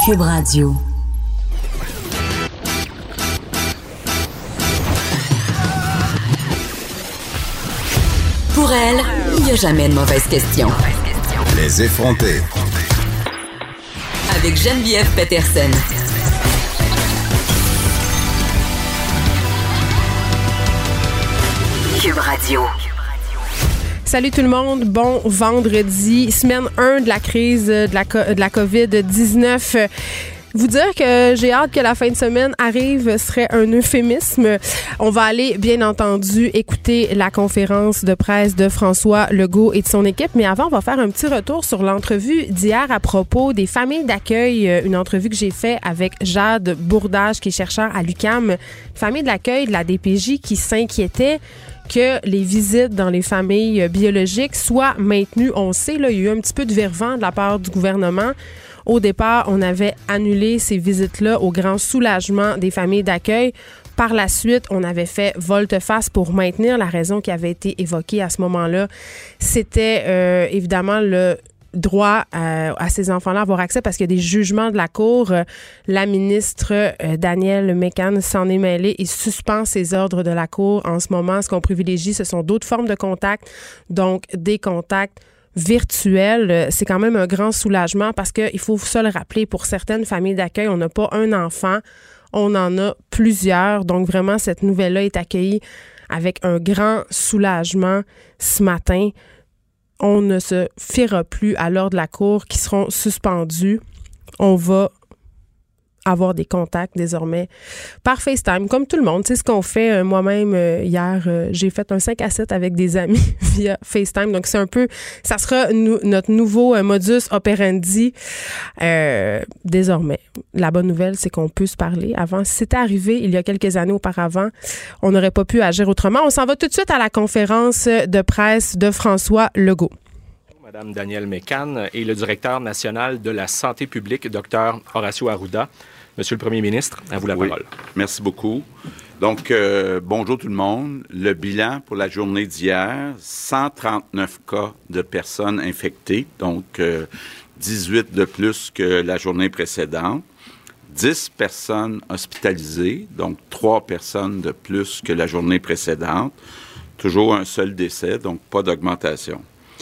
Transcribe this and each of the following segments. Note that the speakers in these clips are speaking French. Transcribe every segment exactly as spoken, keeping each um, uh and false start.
Cube Radio. Pour elle, il n'y a jamais de mauvaise question. Les effronter. Avec Geneviève Peterson. Cube Radio. Salut tout le monde, bon vendredi, semaine un de la crise de la, de la covid dix-neuf. Vous dire que j'ai hâte que la fin de semaine arrive serait un euphémisme. On va aller, bien entendu, écouter la conférence de presse de François Legault et de son équipe. Mais avant, on va faire un petit retour sur l'entrevue d'hier à propos des familles d'accueil. Une entrevue que j'ai faite avec Jade Bourdage, qui est chercheur à l'U Q A M. Famille d'accueil de la D P J qui s'inquiétait que les visites dans les familles biologiques soient maintenues. On sait, là, il y a eu un petit peu de virement de la part du gouvernement. Au départ, on avait annulé ces visites-là au grand soulagement des familles d'accueil. Par la suite, on avait fait volte-face pour maintenir la raison qui avait été évoquée à ce moment-là. C'était euh, évidemment le droit euh, à ces enfants-là à avoir accès parce qu'il y a des jugements de la Cour. Euh, la ministre euh, Danielle Mécan s'en est mêlée et suspend ces ordres de la Cour. En ce moment, ce qu'on privilégie, ce sont d'autres formes de contacts, donc des contacts virtuel. C'est quand même un grand soulagement parce qu'il faut se le rappeler, pour certaines familles d'accueil, on n'a pas un enfant, on en a plusieurs. Donc vraiment, cette nouvelle-là est accueillie avec un grand soulagement ce matin. On ne se fiera plus à l'ordre de la Cour qui seront suspendus. On va avoir des contacts désormais par FaceTime, comme tout le monde. C'est ce qu'on fait. Euh, moi-même, euh, hier, euh, j'ai fait un cinq à sept avec des amis via FaceTime. Donc, c'est un peu... Ça sera nou- notre nouveau euh, modus operandi euh, désormais. La bonne nouvelle, c'est qu'on peut se parler. Avant, si c'était arrivé il y a quelques années auparavant, on n'aurait pas pu agir autrement. On s'en va tout de suite à la conférence de presse de François Legault. Madame Danielle Mécan et le directeur national de la santé publique, Dr Horacio Arruda. Monsieur le Premier ministre, à vous la oui, parole. Merci beaucoup. Donc, euh, bonjour tout le monde. Le bilan pour la journée d'hier, cent trente-neuf cas de personnes infectées, donc euh, dix-huit de plus que la journée précédente. dix personnes hospitalisées, donc trois personnes de plus que la journée précédente. Toujours un seul décès, donc pas d'augmentation.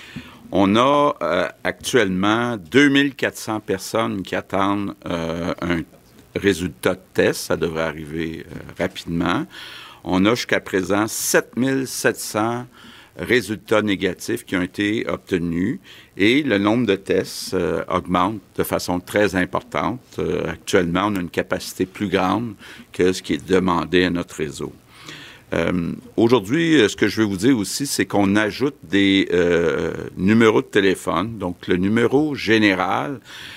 On a euh, actuellement deux mille quatre cents personnes qui attendent euh, un résultat de test. Ça devrait arriver euh, rapidement. On a jusqu'à présent sept mille sept cents résultats négatifs qui ont été obtenus et le nombre de tests euh, augmente de façon très importante. Euh, actuellement, on a une capacité plus grande que ce qui est demandé à notre réseau. Euh, aujourd'hui, ce que je veux vous dire aussi, c'est qu'on ajoute des euh, numéros de téléphone. Donc, le numéro général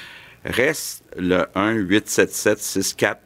reste le un huit sept sept six quatre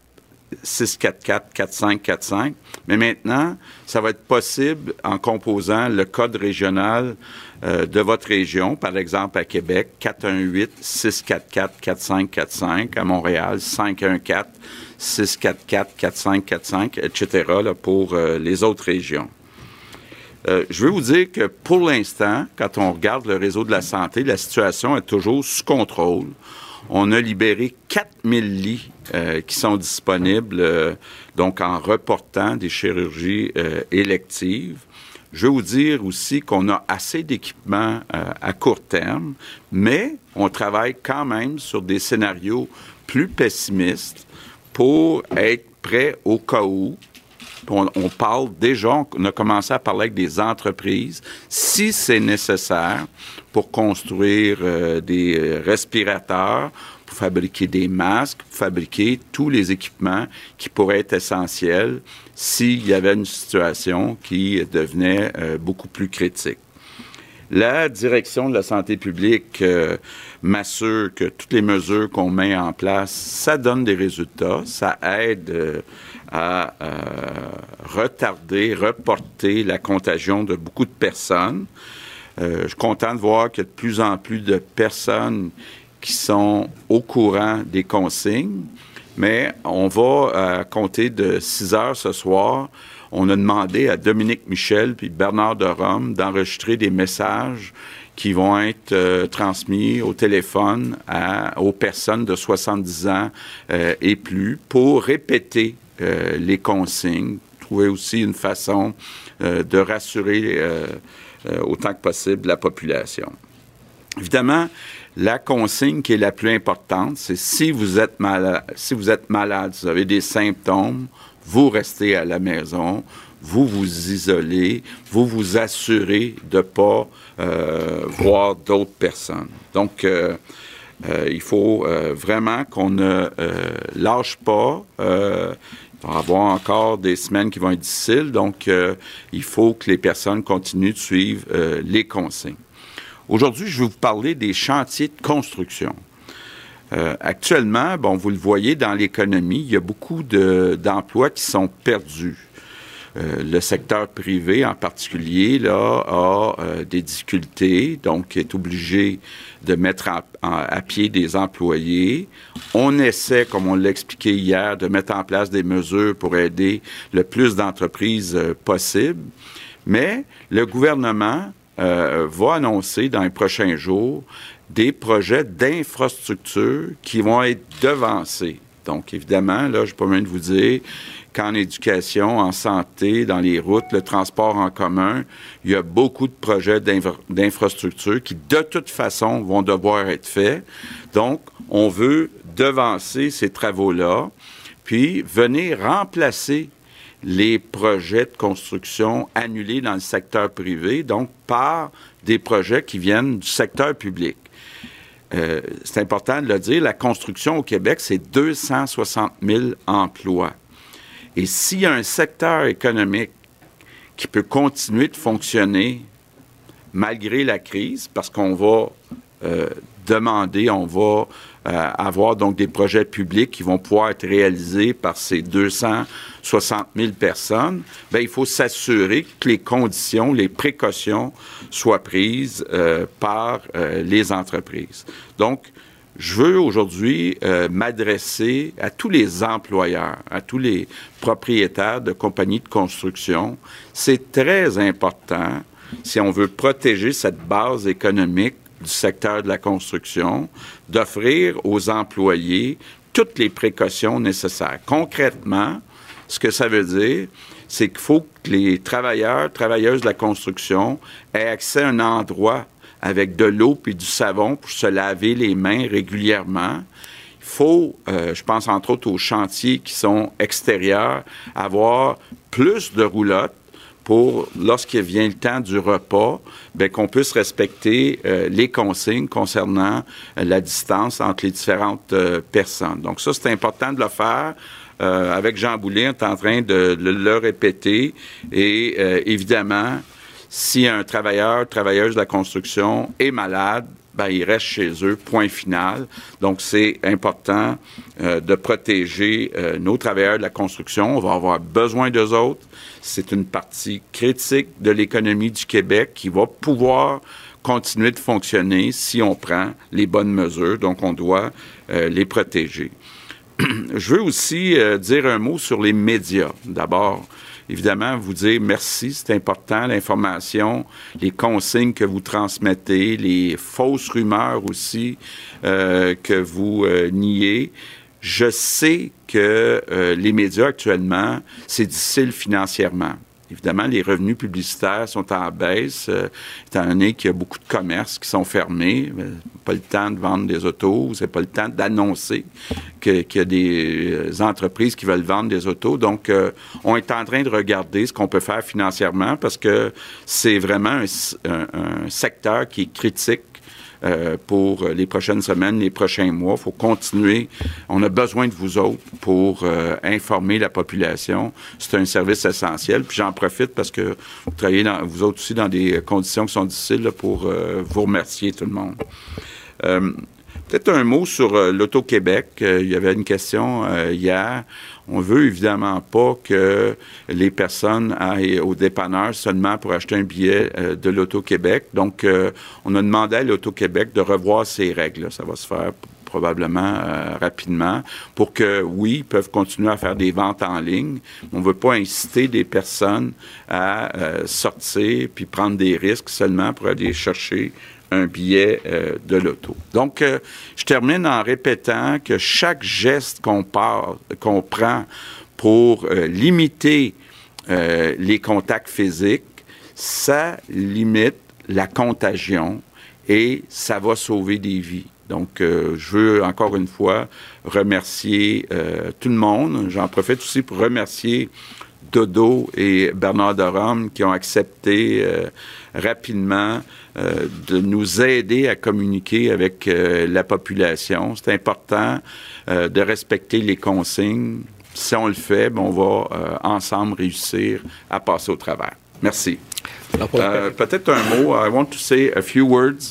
quatre quatre cinq quatre cinq. Mais maintenant, ça va être possible en composant le code régional euh, de votre région. Par exemple, à Québec, quatre un huit six quatre quatre quatre cinq quatre cinq. À Montréal, cinq un quatre six quatre quatre quatre cinq quatre cinq, et cetera là, pour euh, les autres régions. Euh, je veux vous dire que pour l'instant, quand on regarde le réseau de la santé, la situation est toujours sous contrôle. On a libéré quatre mille lits euh, qui sont disponibles, euh, donc en reportant des chirurgies euh, électives. Je veux vous dire aussi qu'on a assez d'équipements euh, à court terme, mais on travaille quand même sur des scénarios plus pessimistes pour être prêt au cas où. On, on parle déjà, on a commencé à parler avec des entreprises, si c'est nécessaire, pour construire euh, des respirateurs, pour fabriquer des masques, pour fabriquer tous les équipements qui pourraient être essentiels s'il y avait une situation qui devenait euh, beaucoup plus critique. La direction de la santé publique euh, m'assure que toutes les mesures qu'on met en place, ça donne des résultats, ça aide euh, à euh, retarder, reporter la contagion de beaucoup de personnes. Euh, je suis content de voir qu'il y a de plus en plus de personnes qui sont au courant des consignes, mais on va, à compter de six heures ce soir, on a demandé à Dominique Michel puis Bernard de Rome d'enregistrer des messages qui vont être euh, transmis au téléphone à, aux personnes de soixante-dix ans euh, et plus pour répéter euh, les consignes, trouver aussi une façon euh, de rassurer euh, euh, autant que possible la population. Évidemment, la consigne qui est la plus importante, c'est si vous êtes malade, si vous êtes malade, vous avez des symptômes, vous restez à la maison, vous vous isolez, vous vous assurez de ne pas euh, voir d'autres personnes. Donc, euh, euh, il faut euh, vraiment qu'on ne euh, lâche pas. Euh, il va y avoir encore des semaines qui vont être difficiles, donc euh, il faut que les personnes continuent de suivre euh, les consignes. Aujourd'hui, je vais vous parler des chantiers de construction. Euh, actuellement, bon, vous le voyez dans l'économie, il y a beaucoup de, d'emplois qui sont perdus. Euh, le secteur privé, en particulier, là, a euh, des difficultés, donc est obligé de mettre en, en, à pied des employés. On essaie, comme on l'a expliqué hier, de mettre en place des mesures pour aider le plus d'entreprises euh, possible. Mais le gouvernement euh, va annoncer dans les prochains jours des projets d'infrastructure qui vont être devancés. Donc, évidemment, là, je peux même vous dire qu'en éducation, en santé, dans les routes, le transport en commun, il y a beaucoup de projets d'infra- d'infrastructure qui, de toute façon, vont devoir être faits. Donc, on veut devancer ces travaux-là, puis venir remplacer les projets de construction annulés dans le secteur privé, donc par des projets qui viennent du secteur public. Euh, c'est important de le dire, la construction au Québec, c'est deux cent soixante mille emplois. Et s'il y a un secteur économique qui peut continuer de fonctionner malgré la crise, parce qu'on va euh, demander, on va euh, avoir donc des projets publics qui vont pouvoir être réalisés par ces deux cent soixante mille personnes, bien, il faut s'assurer que les conditions, les précautions soient prises euh, par euh, les entreprises. Donc, je veux aujourd'hui euh, m'adresser à tous les employeurs, à tous les propriétaires de compagnies de construction. C'est très important, si on veut protéger cette base économique du secteur de la construction, d'offrir aux employés toutes les précautions nécessaires. Concrètement, ce que ça veut dire, c'est qu'il faut que les travailleurs, travailleuses de la construction aient accès à un endroit avec de l'eau et du savon pour se laver les mains régulièrement. Il faut, euh, je pense entre autres aux chantiers qui sont extérieurs, avoir plus de roulottes pour, lorsqu'il vient le temps du repas, bien, qu'on puisse respecter euh, les consignes concernant euh, la distance entre les différentes euh, personnes. Donc ça, c'est important de le faire. Euh, avec Jean Boulet, on est en train de, de le répéter. Et euh, évidemment, si un travailleur, travailleuse de la construction est malade, ben, il reste chez eux, point final. Donc, c'est important euh, de protéger euh, nos travailleurs de la construction. On va avoir besoin d'eux autres. C'est une partie critique de l'économie du Québec qui va pouvoir continuer de fonctionner si on prend les bonnes mesures. Donc, on doit euh, les protéger. Je veux aussi euh, dire un mot sur les médias. D'abord, évidemment, vous dire merci, c'est important, l'information, les consignes que vous transmettez, les fausses rumeurs aussi euh, que vous euh, niez. Je sais que euh, les médias actuellement, c'est difficile financièrement. Évidemment, les revenus publicitaires sont en baisse, euh, étant donné qu'il y a beaucoup de commerces qui sont fermés. Euh, pas le temps de vendre des autos, c'est pas le temps d'annoncer que, qu'il y a des euh, entreprises qui veulent vendre des autos. Donc, euh, on est en train de regarder ce qu'on peut faire financièrement parce que c'est vraiment un, un, un secteur qui est critique Euh, pour les prochaines semaines, les prochains mois. Il faut continuer. On a besoin de vous autres pour euh, informer la population. C'est un service essentiel. Puis j'en profite parce que vous travaillez, dans, vous autres aussi, dans des conditions qui sont difficiles là, pour euh, vous remercier tout le monde. Euh, Peut-être un mot sur euh, l'Auto-Québec. Euh, il y avait une question euh, hier. On veut évidemment pas que les personnes aillent au dépanneur seulement pour acheter un billet euh, de l'Auto-Québec. Donc, euh, on a demandé à l'Auto-Québec de revoir ses règles. Ça va se faire probablement euh, rapidement pour que, oui, ils peuvent continuer à faire des ventes en ligne. On ne veut pas inciter des personnes à euh, sortir puis prendre des risques seulement pour aller chercher un billet euh, de l'auto. Donc, euh, je termine en répétant que chaque geste qu'on, part, qu'on prend pour euh, limiter euh, les contacts physiques, ça limite la contagion et ça va sauver des vies. Donc, euh, je veux encore une fois remercier euh, tout le monde. J'en profite aussi pour remercier Dodo et Bernard Derome qui ont accepté euh, rapidement euh, de nous aider à communiquer avec euh, la population. C'est important euh, de respecter les consignes. Si on le fait, ben, on va euh, ensemble réussir à passer au travers. Merci. Euh, peut-être un mot. I want to say a few words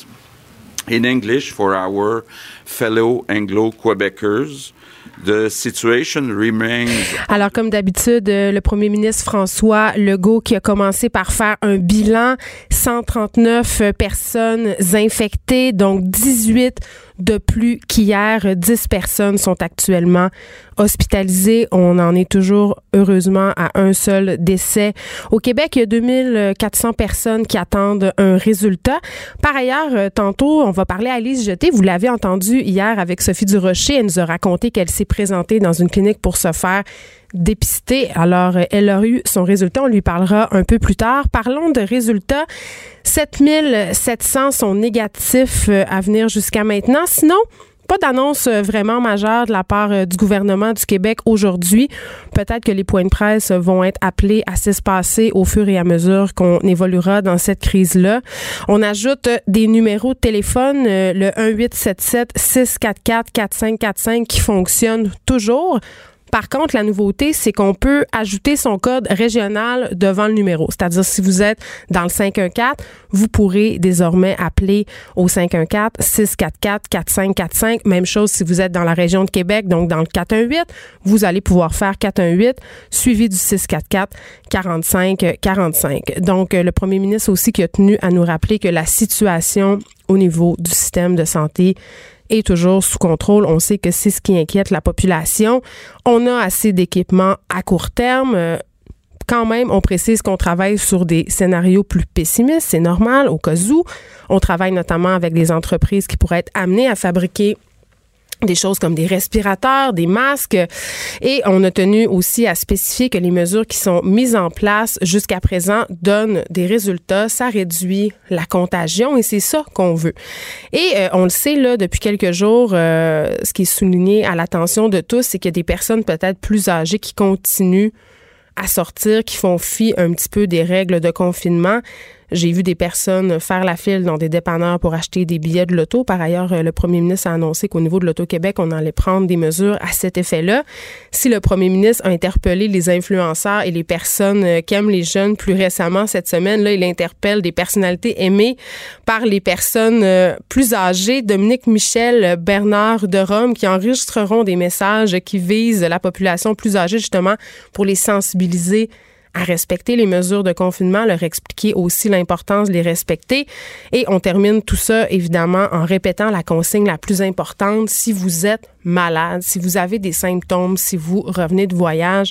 in English for our fellow Anglo-Quebecers. The situation remains... Alors, comme d'habitude, le premier ministre François Legault qui a commencé par faire un bilan, cent trente-neuf personnes infectées, donc dix-huit de plus qu'hier. dix personnes sont actuellement hospitalisées. On en est toujours, heureusement, à un seul décès. Au Québec, il y a deux mille quatre cents personnes qui attendent un résultat. Par ailleurs, tantôt, on va parler à Alice Jeté. Vous l'avez entendu hier avec Sophie Durocher. Elle nous a raconté qu'elle s'est présentée dans une clinique pour se faire dépister. Alors, elle a eu son résultat. On lui parlera un peu plus tard. Parlons de résultats. sept mille sept cents sont négatifs à venir jusqu'à maintenant. Sinon, pas d'annonce vraiment majeure de la part du gouvernement du Québec aujourd'hui. Peut-être que les points de presse vont être appelés à s'espacer au fur et à mesure qu'on évoluera dans cette crise-là. On ajoute des numéros de téléphone, le un huit sept sept six quatre quatre quatre cinq quatre cinq qui fonctionne toujours. Par contre, la nouveauté, c'est qu'on peut ajouter son code régional devant le numéro. C'est-à-dire, si vous êtes dans le cinq un quatre, vous pourrez désormais appeler au cinq un quatre six quatre quatre quatre cinq quatre cinq. Même chose si vous êtes dans la région de Québec, donc dans le quatre un huit, vous allez pouvoir faire quatre un huit suivi du six quatre quatre quarante-cinq quarante-cinq. Donc, le premier ministre aussi qui a tenu à nous rappeler que la situation au niveau du système de santé est toujours sous contrôle. On sait que c'est ce qui inquiète la population. On a assez d'équipements à court terme. Euh, quand même, on précise qu'on travaille sur des scénarios plus pessimistes. C'est normal, au cas où. On travaille notamment avec des entreprises qui pourraient être amenées à fabriquer des choses comme des respirateurs, des masques. Et on a tenu aussi à spécifier que les mesures qui sont mises en place jusqu'à présent donnent des résultats. Ça réduit la contagion et c'est ça qu'on veut. Et euh, on le sait, là, depuis quelques jours, euh, ce qui est souligné à l'attention de tous, c'est qu'il y a des personnes peut-être plus âgées qui continuent à sortir, qui font fi un petit peu des règles de confinement. J'ai vu des personnes faire la file dans des dépanneurs pour acheter des billets de l'auto. Par ailleurs, le premier ministre a annoncé qu'au niveau de l'Auto-Québec, on allait prendre des mesures à cet effet-là. Si le premier ministre a interpellé les influenceurs et les personnes qui aiment les jeunes plus récemment cette semaine, là, il interpelle des personnalités aimées par les personnes plus âgées. Dominique Michel, Bernard Derome, qui enregistreront des messages qui visent la population plus âgée, justement, pour les sensibiliser à respecter les mesures de confinement, leur expliquer aussi l'importance de les respecter. Et on termine tout ça, évidemment, en répétant la consigne la plus importante. Si vous êtes malade, si vous avez des symptômes, si vous revenez de voyage,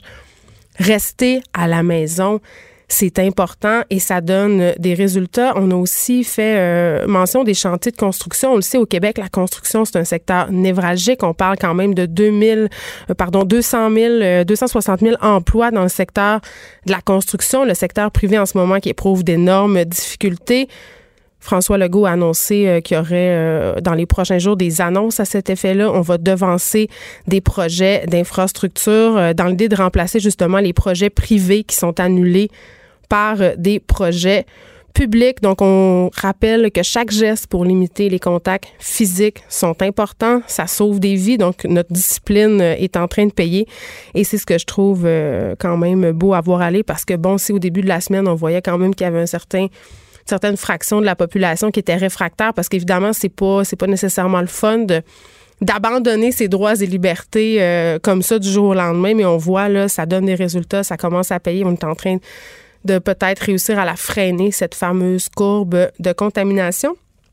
restez à la maison. C'est important et ça donne des résultats. On a aussi fait euh, mention des chantiers de construction. On le sait, au Québec, la construction, c'est un secteur névralgique. On parle quand même de deux mille, euh, pardon, deux cent mille, euh, deux cent soixante mille emplois dans le secteur de la construction. Le secteur privé en ce moment qui éprouve d'énormes difficultés. François Legault a annoncé euh, qu'il y aurait euh, dans les prochains jours des annonces à cet effet-là. On va devancer des projets d'infrastructure euh, dans l'idée de remplacer justement les projets privés qui sont annulés par euh, des projets publics. Donc, on rappelle que chaque geste pour limiter les contacts physiques sont importants. Ça sauve des vies. Donc, notre discipline euh, est en train de payer. Et c'est ce que je trouve euh, quand même beau à voir aller parce que, bon, si au début de la semaine, on voyait quand même qu'il y avait un certain certaines fractions de la population qui étaient réfractaires parce qu'évidemment, c'est pas c'est pas nécessairement le fun de d'abandonner ses droits et libertés euh, comme ça du jour au lendemain, mais on voit, là, ça donne des résultats, ça commence à payer. On est en train de peut-être réussir à la freiner, cette fameuse courbe de contamination.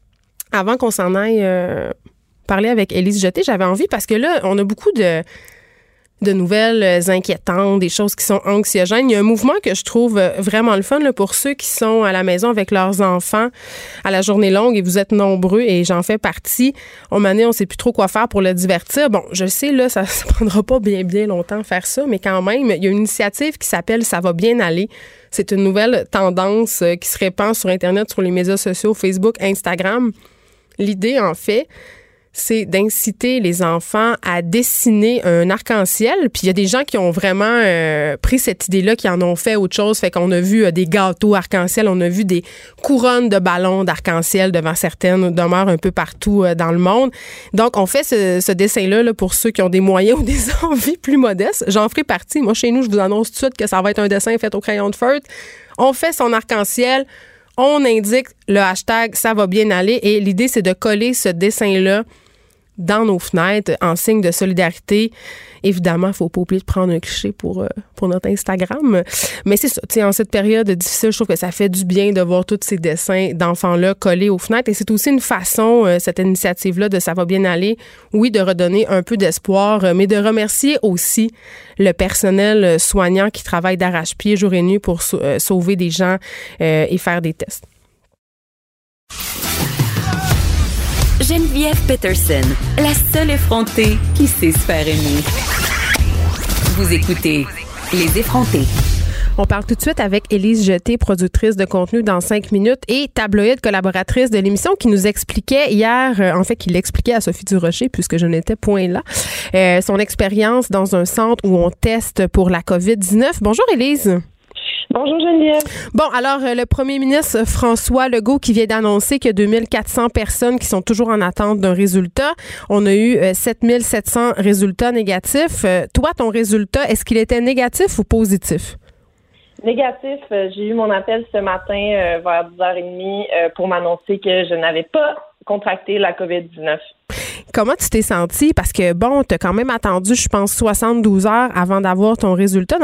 Avant qu'on s'en aille euh, parler avec Élise Jeté, j'avais envie, parce que là, on a beaucoup de de nouvelles inquiétantes, des choses qui sont anxiogènes. Il y a un mouvement que je trouve vraiment le fun là, pour ceux qui sont à la maison avec leurs enfants à la journée longue, et vous êtes nombreux et j'en fais partie. On m'a dit, on sait plus trop quoi faire pour le divertir. Bon, je sais, là, ça ne prendra pas bien, bien longtemps faire ça, mais quand même, il y a une initiative qui s'appelle « Ça va bien aller ». C'est une nouvelle tendance qui se répand sur Internet, sur les médias sociaux, Facebook, Instagram. L'idée, en fait, c'est d'inciter les enfants à dessiner un arc-en-ciel. Puis il y a des gens qui ont vraiment euh, pris cette idée-là, qui en ont fait autre chose. Fait qu'on a vu euh, des gâteaux arc-en-ciel, on a vu des couronnes de ballons d'arc-en-ciel devant certaines demeures un peu partout euh, dans le monde. Donc, on fait ce, ce dessin-là là, pour ceux qui ont des moyens ou des envies plus modestes. J'en ferai partie. Moi, chez nous, je vous annonce tout de suite que ça va être un dessin fait au crayon de feutre. On fait son arc-en-ciel. On indique le hashtag « Ça va bien aller » et l'idée, c'est de coller ce dessin-là dans nos fenêtres en signe de solidarité. Évidemment, il ne faut pas oublier de prendre un cliché pour, euh, pour notre Instagram. Mais c'est ça, tu sais, en cette période difficile, je trouve que ça fait du bien de voir tous ces dessins d'enfants-là collés aux fenêtres. Et c'est aussi une façon, euh, cette initiative-là de Ça va bien aller, oui, de redonner un peu d'espoir, euh, mais de remercier aussi le personnel soignant qui travaille d'arrache-pied jour et nuit pour sau- euh, sauver des gens euh, et faire des tests. Geneviève Peterson, la seule effrontée qui sait se faire aimer. Vous écoutez Les effrontés. On parle tout de suite avec Élise Jeté, productrice de contenu dans cinq minutes et tabloïd collaboratrice de l'émission, qui nous expliquait hier, euh, en fait, qui l'expliquait à Sophie Durocher, puisque je n'étais point là, euh, son expérience dans un centre où on teste pour la covid dix-neuf. Bonjour Élise. Bonjour Geneviève. Bon, alors euh, le premier ministre François Legault qui vient d'annoncer qu'il y a deux mille quatre cents personnes qui sont toujours en attente d'un résultat. On a eu euh, sept mille sept cents résultats négatifs. Euh, toi, ton résultat, est-ce qu'il était négatif ou positif? Négatif. Euh, j'ai eu mon appel ce matin euh, vers dix heures trente euh, pour m'annoncer que je n'avais pas contracté la covid dix-neuf. Comment tu t'es sentie? Parce que, bon, tu as quand même attendu, je pense, soixante-douze heures avant d'avoir ton résultat.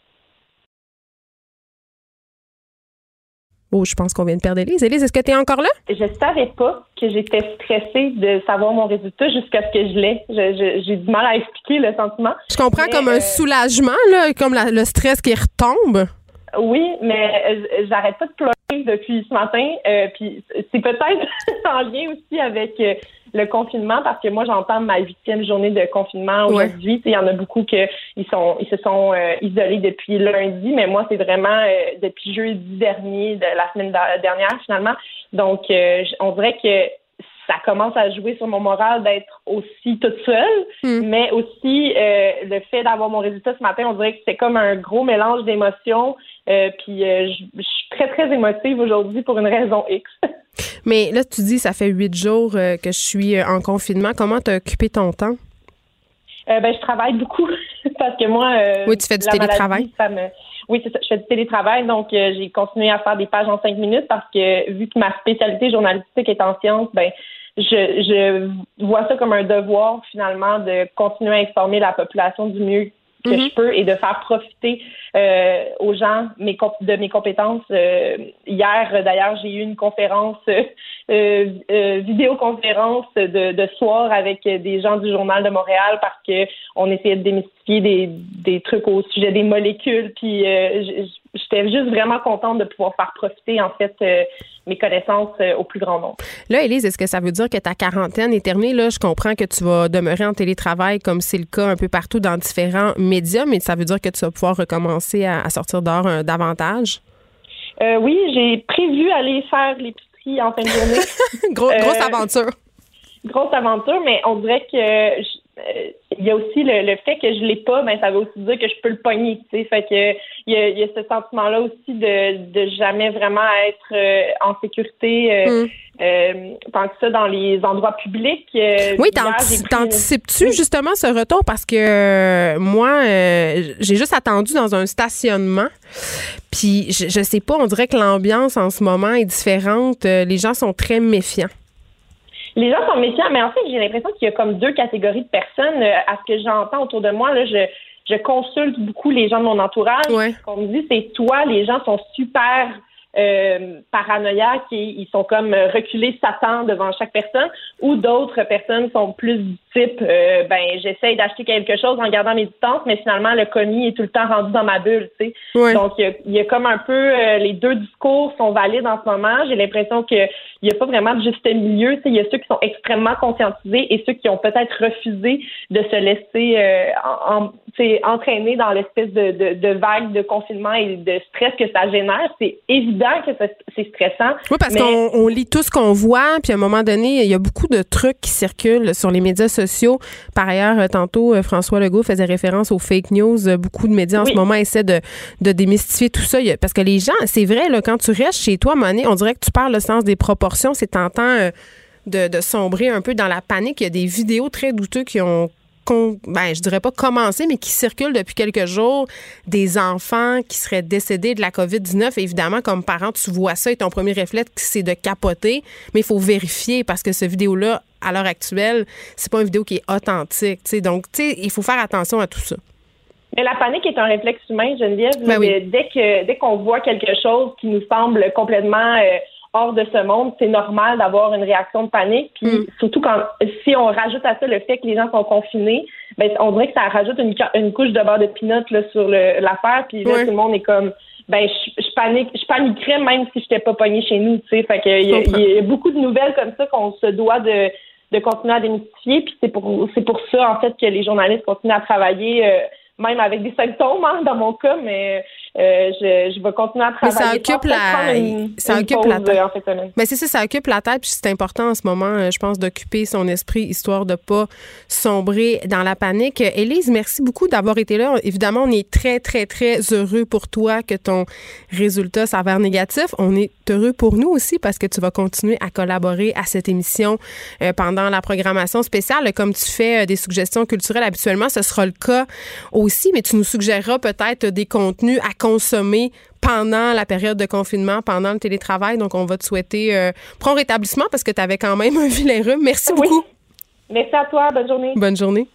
Oh, je pense qu'on vient de perdre Élise. Élise, est-ce que tu es encore là? Je savais pas que j'étais stressée de savoir mon résultat jusqu'à ce que je l'ai. Je, je, j'ai du mal à expliquer le sentiment. Je comprends mais, comme un euh, soulagement, là, comme la, le stress qui retombe. Oui, mais euh, j'arrête pas de pleurer depuis ce matin. Euh, puis c'est peut-être en lien aussi avec euh, le confinement, parce que moi, j'entends ma huitième journée de confinement aujourd'hui. Ouais. Il y en a beaucoup qui ils sont, ils se sont euh, isolés depuis lundi, mais moi, c'est vraiment euh, depuis jeudi dernier, de la semaine dernière, finalement. Donc, euh, on dirait que ça commence à jouer sur mon moral d'être aussi toute seule, mm. mais aussi euh, le fait d'avoir mon résultat ce matin, on dirait que c'est comme un gros mélange d'émotions. Euh, puis euh, je, je suis très, très émotive aujourd'hui pour une raison X. Mais là, tu dis, ça fait huit jours euh, que je suis en confinement. Comment t'as occupé ton temps? Euh, ben, je travaille beaucoup parce que moi... Euh, oui, tu fais du télétravail? Maladie, ça me... Oui, c'est ça. Je fais du télétravail, donc euh, j'ai continué à faire des pages en cinq minutes parce que vu que ma spécialité journalistique est en sciences, ben je, je vois ça comme un devoir finalement de continuer à informer la population du mieux que mm-hmm. je peux et de faire profiter euh, aux gens mes comp- de mes compétences. Euh, hier, d'ailleurs, j'ai eu une conférence, euh, euh, vidéoconférence de, de soir avec des gens du Journal de Montréal parce que on essayait de démystifier des, des trucs au sujet des molécules. Puis euh, j'étais juste vraiment contente de pouvoir faire profiter, en fait, euh, mes connaissances euh, au plus grand nombre. Là, Élise, est-ce que ça veut dire que ta quarantaine est terminée? Là, je comprends que tu vas demeurer en télétravail comme c'est le cas un peu partout dans différents médias, mais ça veut dire que tu vas pouvoir recommencer à, à sortir dehors euh, davantage? Euh, oui, j'ai prévu aller faire l'épicerie en fin de journée. Gros, euh, grosse aventure. Grosse aventure, mais on dirait que je, euh, il y a aussi le, le fait que je l'ai pas, ben ça veut aussi dire que je peux le pogner, tu sais. Fait que il y a, il y a ce sentiment-là aussi de, de jamais vraiment être euh, en sécurité euh, mm. euh, tant que ça dans les endroits publics. Euh, oui, t'anticipes, t'anticipes-tu justement ce retour? Parce que euh, moi, euh, j'ai juste attendu dans un stationnement. Puis je, je sais pas, on dirait que l'ambiance en ce moment est différente. Les gens sont très méfiants. Les gens sont méfiants, mais en fait, j'ai l'impression qu'il y a comme deux catégories de personnes. À ce que j'entends autour de moi, là, je, je consulte beaucoup les gens de mon entourage. Ouais. Ce qu'on me dit, c'est toi, les gens sont super euh, paranoïaques et ils sont comme reculés Satan devant chaque personne, ou d'autres personnes sont plus du type, euh, ben j'essaye d'acheter quelque chose en gardant mes distances, mais finalement le commis est tout le temps rendu dans ma bulle, tu sais. Ouais. Donc il y a, il y a comme un peu euh, les deux discours sont valides en ce moment. J'ai l'impression que il y a pas vraiment de juste milieu. Tu sais, il y a ceux qui sont extrêmement conscientisés et ceux qui ont peut-être refusé de se laisser euh, en, tu sais, entraîner dans l'espèce de, de, de vague de confinement et de stress que ça génère. C'est évident que ça, c'est stressant. Oui, parce mais... qu'on on lit tout ce qu'on voit, puis à un moment donné, il y a beaucoup de trucs qui circulent sur les médias sociaux. Par ailleurs, tantôt, François Legault faisait référence aux fake news. Beaucoup de médias en oui. ce moment essaient de, de démystifier tout ça. Parce que les gens, c'est vrai, là, quand tu restes chez toi, Monet, on dirait que tu perds le sens des proportions. C'est tentant euh, de, de sombrer un peu dans la panique. Il y a des vidéos très douteuses qui ont ben, je dirais pas commencé, mais qui circulent depuis quelques jours, des enfants qui seraient décédés de la covid dix-neuf. Évidemment, comme parent, tu vois ça et ton premier réflexe, c'est de capoter, mais il faut vérifier parce que cette vidéo-là, à l'heure actuelle, c'est pas une vidéo qui est authentique. T'sais. Donc, tu sais, il faut faire attention à tout ça. Mais la panique est un réflexe humain, Geneviève. Ben oui. Dès que dès qu'on voit quelque chose qui nous semble complètement... Euh, hors de ce monde, c'est normal d'avoir une réaction de panique. Puis mm. surtout quand si on rajoute à ça le fait que les gens sont confinés, ben on dirait que ça rajoute une, une couche de beurre de pinot là, sur le, l'affaire. Puis là, ouais. tout le monde est comme ben je, je panique, je paniquerais même si j'étais pas pogné chez nous. Tu sais, fait que il y, y, y a beaucoup de nouvelles comme ça qu'on se doit de de continuer à démystifier. Puis c'est pour c'est pour ça en fait que les journalistes continuent à travailler. Euh, même avec des symptômes, hein, dans mon cas, mais euh, je, je vais continuer à travailler. Mais ça occupe la, une, ça une occupe pause, la tête. En fait, mais c'est ça, ça occupe la tête, puis c'est important en ce moment, je pense, d'occuper son esprit, histoire de pas sombrer dans la panique. Élise, merci beaucoup d'avoir été là. Évidemment, on est très, très, très heureux pour toi que ton résultat s'avère négatif. On est heureux pour nous aussi parce que tu vas continuer à collaborer à cette émission euh, pendant la programmation spéciale. Comme tu fais euh, des suggestions culturelles habituellement, ce sera le cas au aussi, mais tu nous suggéreras peut-être des contenus à consommer pendant la période de confinement, pendant le télétravail. Donc, on va te souhaiter euh, prompt rétablissement parce que tu avais quand même un vilain rhume. Merci oui. beaucoup. Merci à toi. Bonne journée. Bonne journée.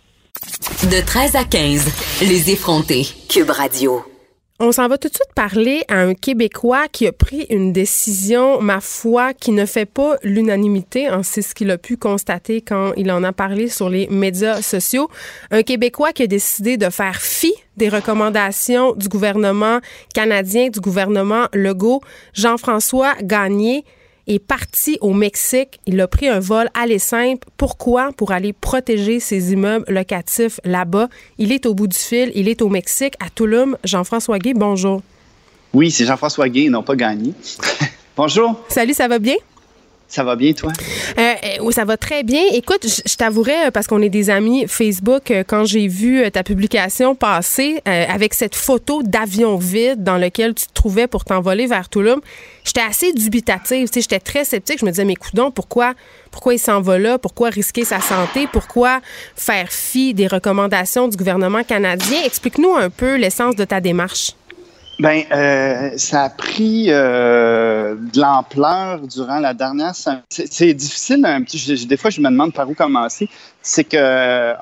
De treize à quinze, les effrontés. Cube Radio. On s'en va tout de suite parler à un Québécois qui a pris une décision, ma foi, qui ne fait pas l'unanimité. Hein, c'est ce qu'il a pu constater quand il en a parlé sur les médias sociaux. Un Québécois qui a décidé de faire fi des recommandations du gouvernement canadien, du gouvernement Legault. Jean-François Gagné est parti au Mexique. Il a pris un vol aller simple. Pourquoi? Pour aller protéger ses immeubles locatifs là-bas. Il est au bout du fil. Il est au Mexique, à Tulum. Jean-François Gay, bonjour. Oui, c'est Jean-François Gay, non pas Gagné. Bonjour. Salut, ça va bien? Ça va bien, toi? Euh, euh, ça va très bien. Écoute, je, je t'avouerais, parce qu'on est des amis Facebook, euh, quand j'ai vu euh, ta publication passer euh, avec cette photo d'avion vide dans lequel tu te trouvais pour t'envoler vers Tulum, j'étais assez dubitative. Tu sais, j'étais très sceptique. Je me disais, mais coudonc, pourquoi, pourquoi il s'en va là? Pourquoi risquer sa santé? Pourquoi faire fi des recommandations du gouvernement canadien? Explique-nous un peu l'essence de ta démarche. Bien, euh, ça a pris euh, de l'ampleur durant la dernière semaine. C'est, c'est difficile un petit. Je, des fois, je me demande par où commencer. C'est que euh,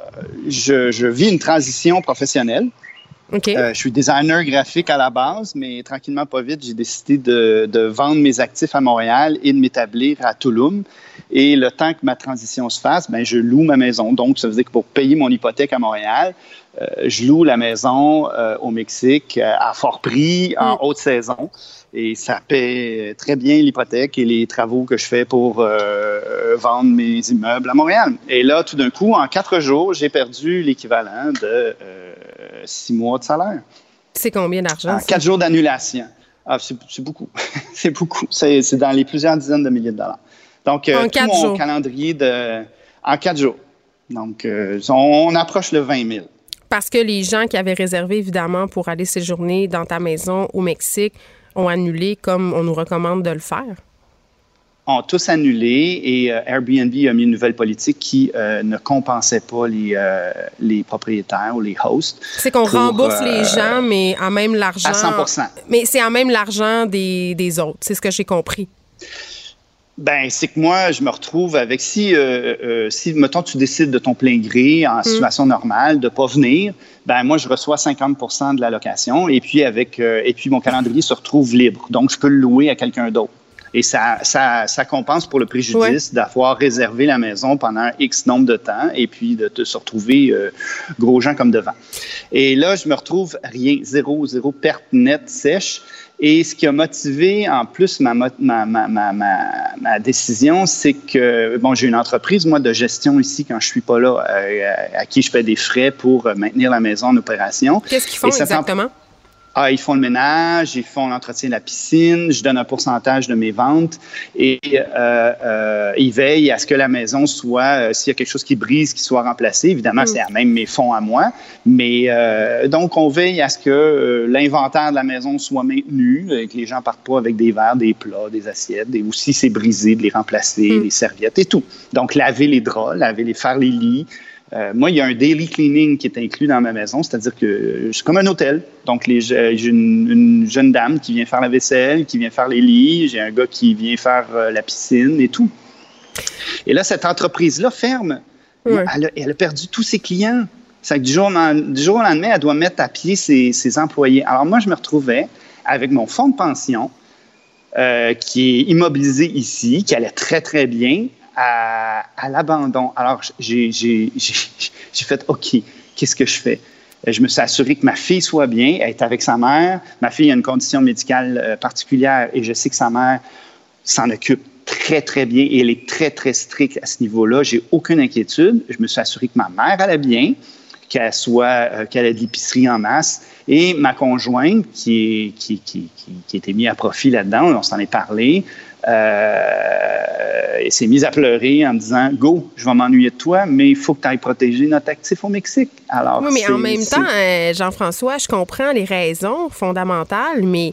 je, je vis une transition professionnelle. Okay. Euh, je suis designer graphique à la base, mais tranquillement, pas vite, j'ai décidé de, de vendre mes actifs à Montréal et de m'établir à Tulum. Et le temps que ma transition se fasse, ben, je loue ma maison. Donc, ça veut dire que pour payer mon hypothèque à Montréal, euh, je loue la maison euh, au Mexique euh, à fort prix, en mm. haute saison. Et ça paie très bien l'hypothèque et les travaux que je fais pour euh, vendre mes immeubles à Montréal. Et là, tout d'un coup, en quatre jours, j'ai perdu l'équivalent de euh, six mois de salaire. C'est combien d'argent? En quatre jours d'annulation. Ah, c'est, c'est beaucoup. c'est beaucoup. C'est, c'est dans les plusieurs dizaines de milliers de dollars. Donc, euh, tout mon jours. calendrier de... en quatre jours. Donc, euh, on, on approche le vingt mille. Parce que les gens qui avaient réservé, évidemment, pour aller séjourner dans ta maison au Mexique ont annulé comme on nous recommande de le faire? Ont tous annulé et euh, Airbnb a mis une nouvelle politique qui euh, ne compensait pas les, euh, les propriétaires ou les hosts. C'est qu'on pour, rembourse euh, les gens, mais en même l'argent... À cent pour cent. Mais c'est en même l'argent des, des autres, c'est ce que j'ai compris. Ben, c'est que moi, je me retrouve avec, si, euh, euh, si, mettons, tu décides de ton plein gré, en mm. situation normale, de ne pas venir, ben moi, je reçois cinquante pour cent de la location et puis, avec, euh, et puis mon calendrier se retrouve libre. Donc, je peux le louer à quelqu'un d'autre. Et ça, ça, ça compense pour le préjudice ouais. d'avoir réservé la maison pendant X nombre de temps et puis de te se retrouver euh, gros gens comme devant. Et là, je me retrouve rien, zéro, zéro perte nette, sèche. Et ce qui a motivé en plus ma, ma, ma, ma, ma, ma décision, c'est que, bon, j'ai une entreprise, moi, de gestion ici quand je suis pas là, euh, à qui je fais des frais pour maintenir la maison en opération. Qu'est-ce qu'ils font exactement? Ah, ils font le ménage, ils font l'entretien de la piscine, je donne un pourcentage de mes ventes et euh, euh, ils veillent à ce que la maison soit, euh, s'il y a quelque chose qui brise, qu'il soit remplacé. Évidemment, mm. c'est à même mes fonds à moi, mais euh, donc on veille à ce que euh, l'inventaire de la maison soit maintenu, euh, que les gens partent pas avec des verres, des plats, des assiettes, et aussi c'est brisé, de les remplacer, mm. les serviettes et tout. Donc laver les draps, laver les, faire les lits. Euh, moi, il y a un daily cleaning qui est inclus dans ma maison, c'est-à-dire que c'est comme un hôtel. Donc, les, j'ai une, une jeune dame qui vient faire la vaisselle, qui vient faire les lits, j'ai un gars qui vient faire euh, la piscine et tout. Et là, cette entreprise-là ferme. Ouais. Elle, a, elle a perdu tous ses clients. C'est que du jour, du jour au lendemain, elle doit mettre à pied ses, ses employés. Alors, moi, je me retrouvais avec mon fonds de pension euh, qui est immobilisé ici, qui allait très, très bien. À, à l'abandon. Alors, j'ai, j'ai, j'ai, j'ai fait, OK, qu'est-ce que je fais? Je me suis assuré que ma fille soit bien, elle est avec sa mère. Ma fille a une condition médicale particulière et je sais que sa mère s'en occupe très, très bien et elle est très, très stricte à ce niveau-là. J'ai aucune inquiétude. Je me suis assuré que ma mère allait bien, qu'elle soit, euh, qu'elle ait de l'épicerie en masse. Et ma conjointe, qui, est, qui, qui, qui, qui était mise à profit là-dedans, on s'en est parlé, Euh, et s'est mise à pleurer en me disant « Go, je vais m'ennuyer de toi, mais il faut que tu ailles protéger notre actif au Mexique. » Alors, oui, mais en même c'est... temps, euh, Jean-François, je comprends les raisons fondamentales, mais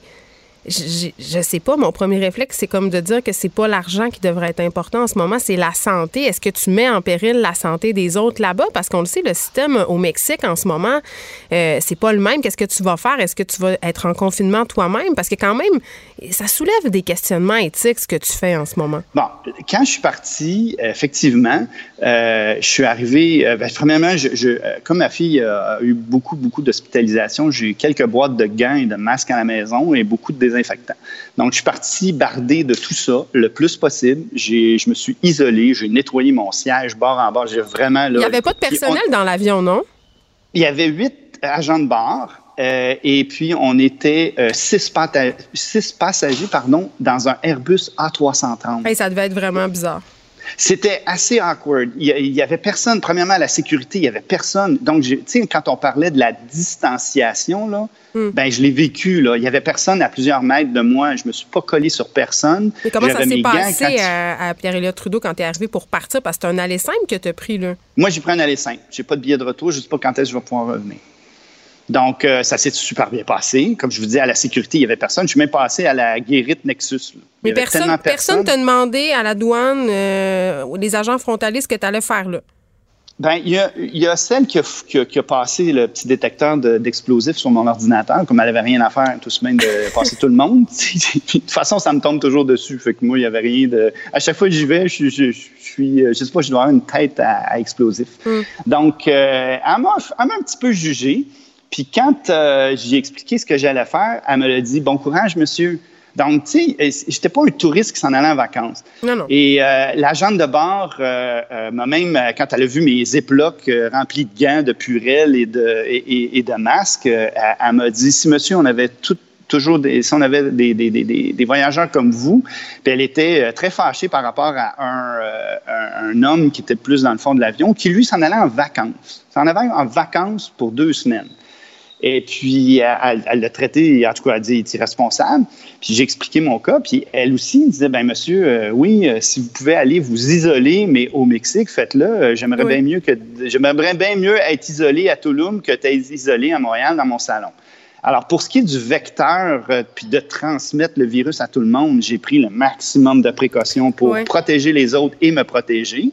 je, je sais pas, mon premier réflexe, c'est comme de dire que c'est pas l'argent qui devrait être important en ce moment, c'est la santé. Est-ce que tu mets en péril la santé des autres là-bas? Parce qu'on le sait, le système au Mexique en ce moment, euh, c'est pas le même. Qu'est-ce que tu vas faire? Est-ce que tu vas être en confinement toi-même? Parce que quand même, ça soulève des questionnements éthiques, ce que tu fais en ce moment. Bon, quand je suis parti, effectivement, euh, je suis arrivé, euh, ben, premièrement, je, je, euh, comme ma fille a eu beaucoup, beaucoup d'hospitalisations, j'ai eu quelques boîtes de gants et de masques à la maison et beaucoup de désinfectants. Donc, je suis parti bardé de tout ça le plus possible. J'ai, je me suis isolé, j'ai nettoyé mon siège bord en bord. J'ai vraiment... Là, il n'y avait pas de personnel on, dans l'avion, non? Il y avait huit agents de bord. Euh, et puis, on était euh, six, pata- six passagers pardon, dans un Airbus A trois cent trente. Hey, ça devait être vraiment bizarre. C'était assez awkward. Il y avait personne. Premièrement, à la sécurité, il y avait personne. Donc, tu sais, quand on parlait de la distanciation, là, mm. ben je l'ai vécu. Là. Il y avait personne à plusieurs mètres de moi. Je me suis pas collé sur personne. Et comment J'avais ça s'est passé tu... à, à Pierre-Éliott Trudeau quand tu es arrivé pour partir? Parce que c'est un aller simple que tu as pris, là. Moi, j'ai pris un aller simple. J'ai pas de billet de retour. Je sais pas quand est-ce que je vais pouvoir revenir. Donc, euh, ça s'est super bien passé. Comme je vous dis, à la sécurité, il n'y avait personne. Je suis même passé à la guérite Nexus. Là. Mais personne personne t'a demandé à la douane, euh, les agents frontaliers, ce que tu allais faire là? Bien, il y a, y a celle qui a, qui, a, qui a passé le petit détecteur de, d'explosifs sur mon ordinateur, comme elle n'avait rien à faire tout de même de passer tout le monde. De toute façon, ça me tombe toujours dessus. Fait que moi, il n'y avait rien de... À chaque fois que j'y vais, je, je, je suis... Je sais pas, je dois avoir une tête à, à explosifs. Mm. Donc, euh, elle, m'a, elle m'a un petit peu jugé. Puis quand euh, j'ai expliqué ce que j'allais faire, elle me l'a dit « Bon courage, monsieur ». Donc, tu sais, j'étais pas un touriste qui s'en allait en vacances. Non, non. Et euh, l'agente de bord euh, euh, m'a même, quand elle a vu mes ziplocs euh, remplis de gants, de purelles et de, et, et, et de masques, euh, elle, elle m'a dit « Si monsieur, on avait tout, toujours des, si on avait des, des, des, des voyageurs comme vous », puis elle était très fâchée par rapport à un, euh, un, un homme qui était plus dans le fond de l'avion, qui lui s'en allait en vacances. S'en allait en vacances pour deux semaines. Et puis, elle, elle l'a traité, en tout cas, elle a dit, il est irresponsable. Puis, j'ai expliqué mon cas. Puis, elle aussi disait, bien, monsieur, euh, oui, euh, si vous pouvez aller vous isoler, mais au Mexique, faites-le. Euh, j'aimerais oui. bien mieux que, j'aimerais bien mieux être isolé à Tulum que d'être isolé à Montréal dans mon salon. Alors, pour ce qui est du vecteur, euh, puis de transmettre le virus à tout le monde, j'ai pris le maximum de précautions pour oui. protéger les autres et me protéger.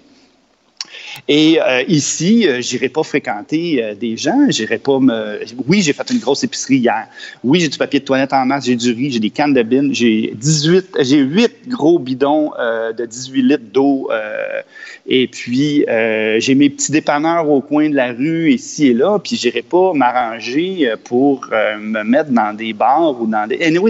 Et euh, ici, euh, j'irai pas fréquenter euh, des gens, j'irai pas me... Oui, j'ai fait une grosse épicerie hier. Oui, j'ai du papier de toilette en masse, j'ai du riz, j'ai des cannes de bine, j'ai dix-huit, j'ai huit gros bidons euh, de dix-huit litres d'eau. Euh, et puis, euh, j'ai mes petits dépanneurs au coin de la rue, ici et là, puis j'irai pas m'arranger pour euh, me mettre dans des bars ou dans des... Anyway, de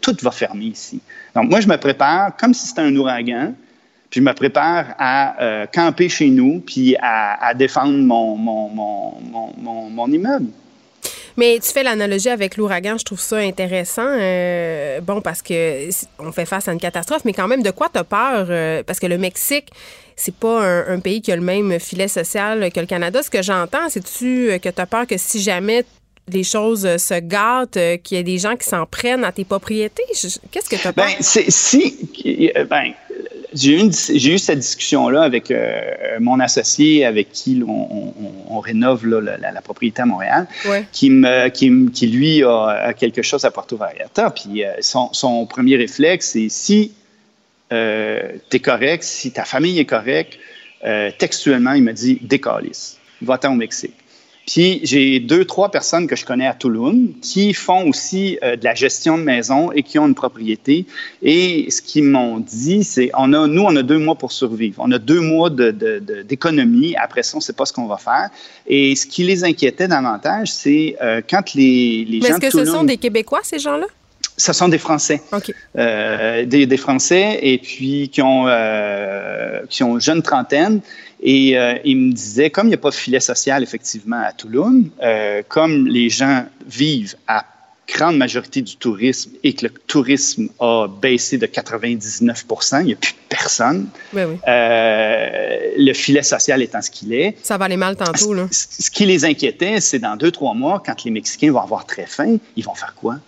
tout va fermer ici. Donc, moi, je me prépare comme si c'était un ouragan, puis je me prépare à euh, camper chez nous, puis à, à défendre mon, mon, mon, mon, mon, mon immeuble. Mais tu fais l'analogie avec l'ouragan, je trouve ça intéressant. Euh, bon, parce que on fait face à une catastrophe, mais quand même, de quoi tu as peur? Euh, parce que le Mexique, c'est pas un, un pays qui a le même filet social que le Canada. Ce que j'entends, c'est-tu que tu as peur que si jamais les choses se gâtent, qu'il y ait des gens qui s'en prennent à tes propriétés? Qu'est-ce que tu as peur? Ben, c'est, si... Ben, J'ai eu, une, j'ai eu cette discussion-là avec euh, mon associé avec qui on, on, on rénove là, la, la propriété à Montréal, ouais. qui, me, qui, qui, lui, a, a quelque chose à Puerto Vallarta. Puis euh, son, son premier réflexe, c'est si euh, tu es correct, si ta famille est correcte, euh, textuellement, il me dit « décalisse, va-t'en au Mexique ». Puis j'ai deux, trois personnes que je connais à Tulum qui font aussi euh, de la gestion de maison et qui ont une propriété. Et ce qu'ils m'ont dit, c'est on a, nous, on a deux mois pour survivre. On a deux mois de, de, de, d'économie. Après ça, on ne sait pas ce qu'on va faire. Et ce qui les inquiétait davantage, c'est euh, quand les, les Mais gens est-ce que de Tulum, ce sont des Québécois, ces gens-là? Ce sont des Français. OK. Euh, des, des Français, et puis qui ont, euh, qui ont une jeune trentaine. Et euh, il me disait, comme il n'y a pas de filet social, effectivement, à Tulum, euh, comme les gens vivent à grande majorité du tourisme et que le tourisme a baissé de quatre-vingt-dix-neuf pour cent, il n'y a plus personne. Oui, oui. Euh, le filet social étant ce qu'il est. Ça va aller mal tantôt, là. Ce, ce qui les inquiétait, c'est dans deux, trois mois, quand les Mexicains vont avoir très faim, ils vont faire quoi?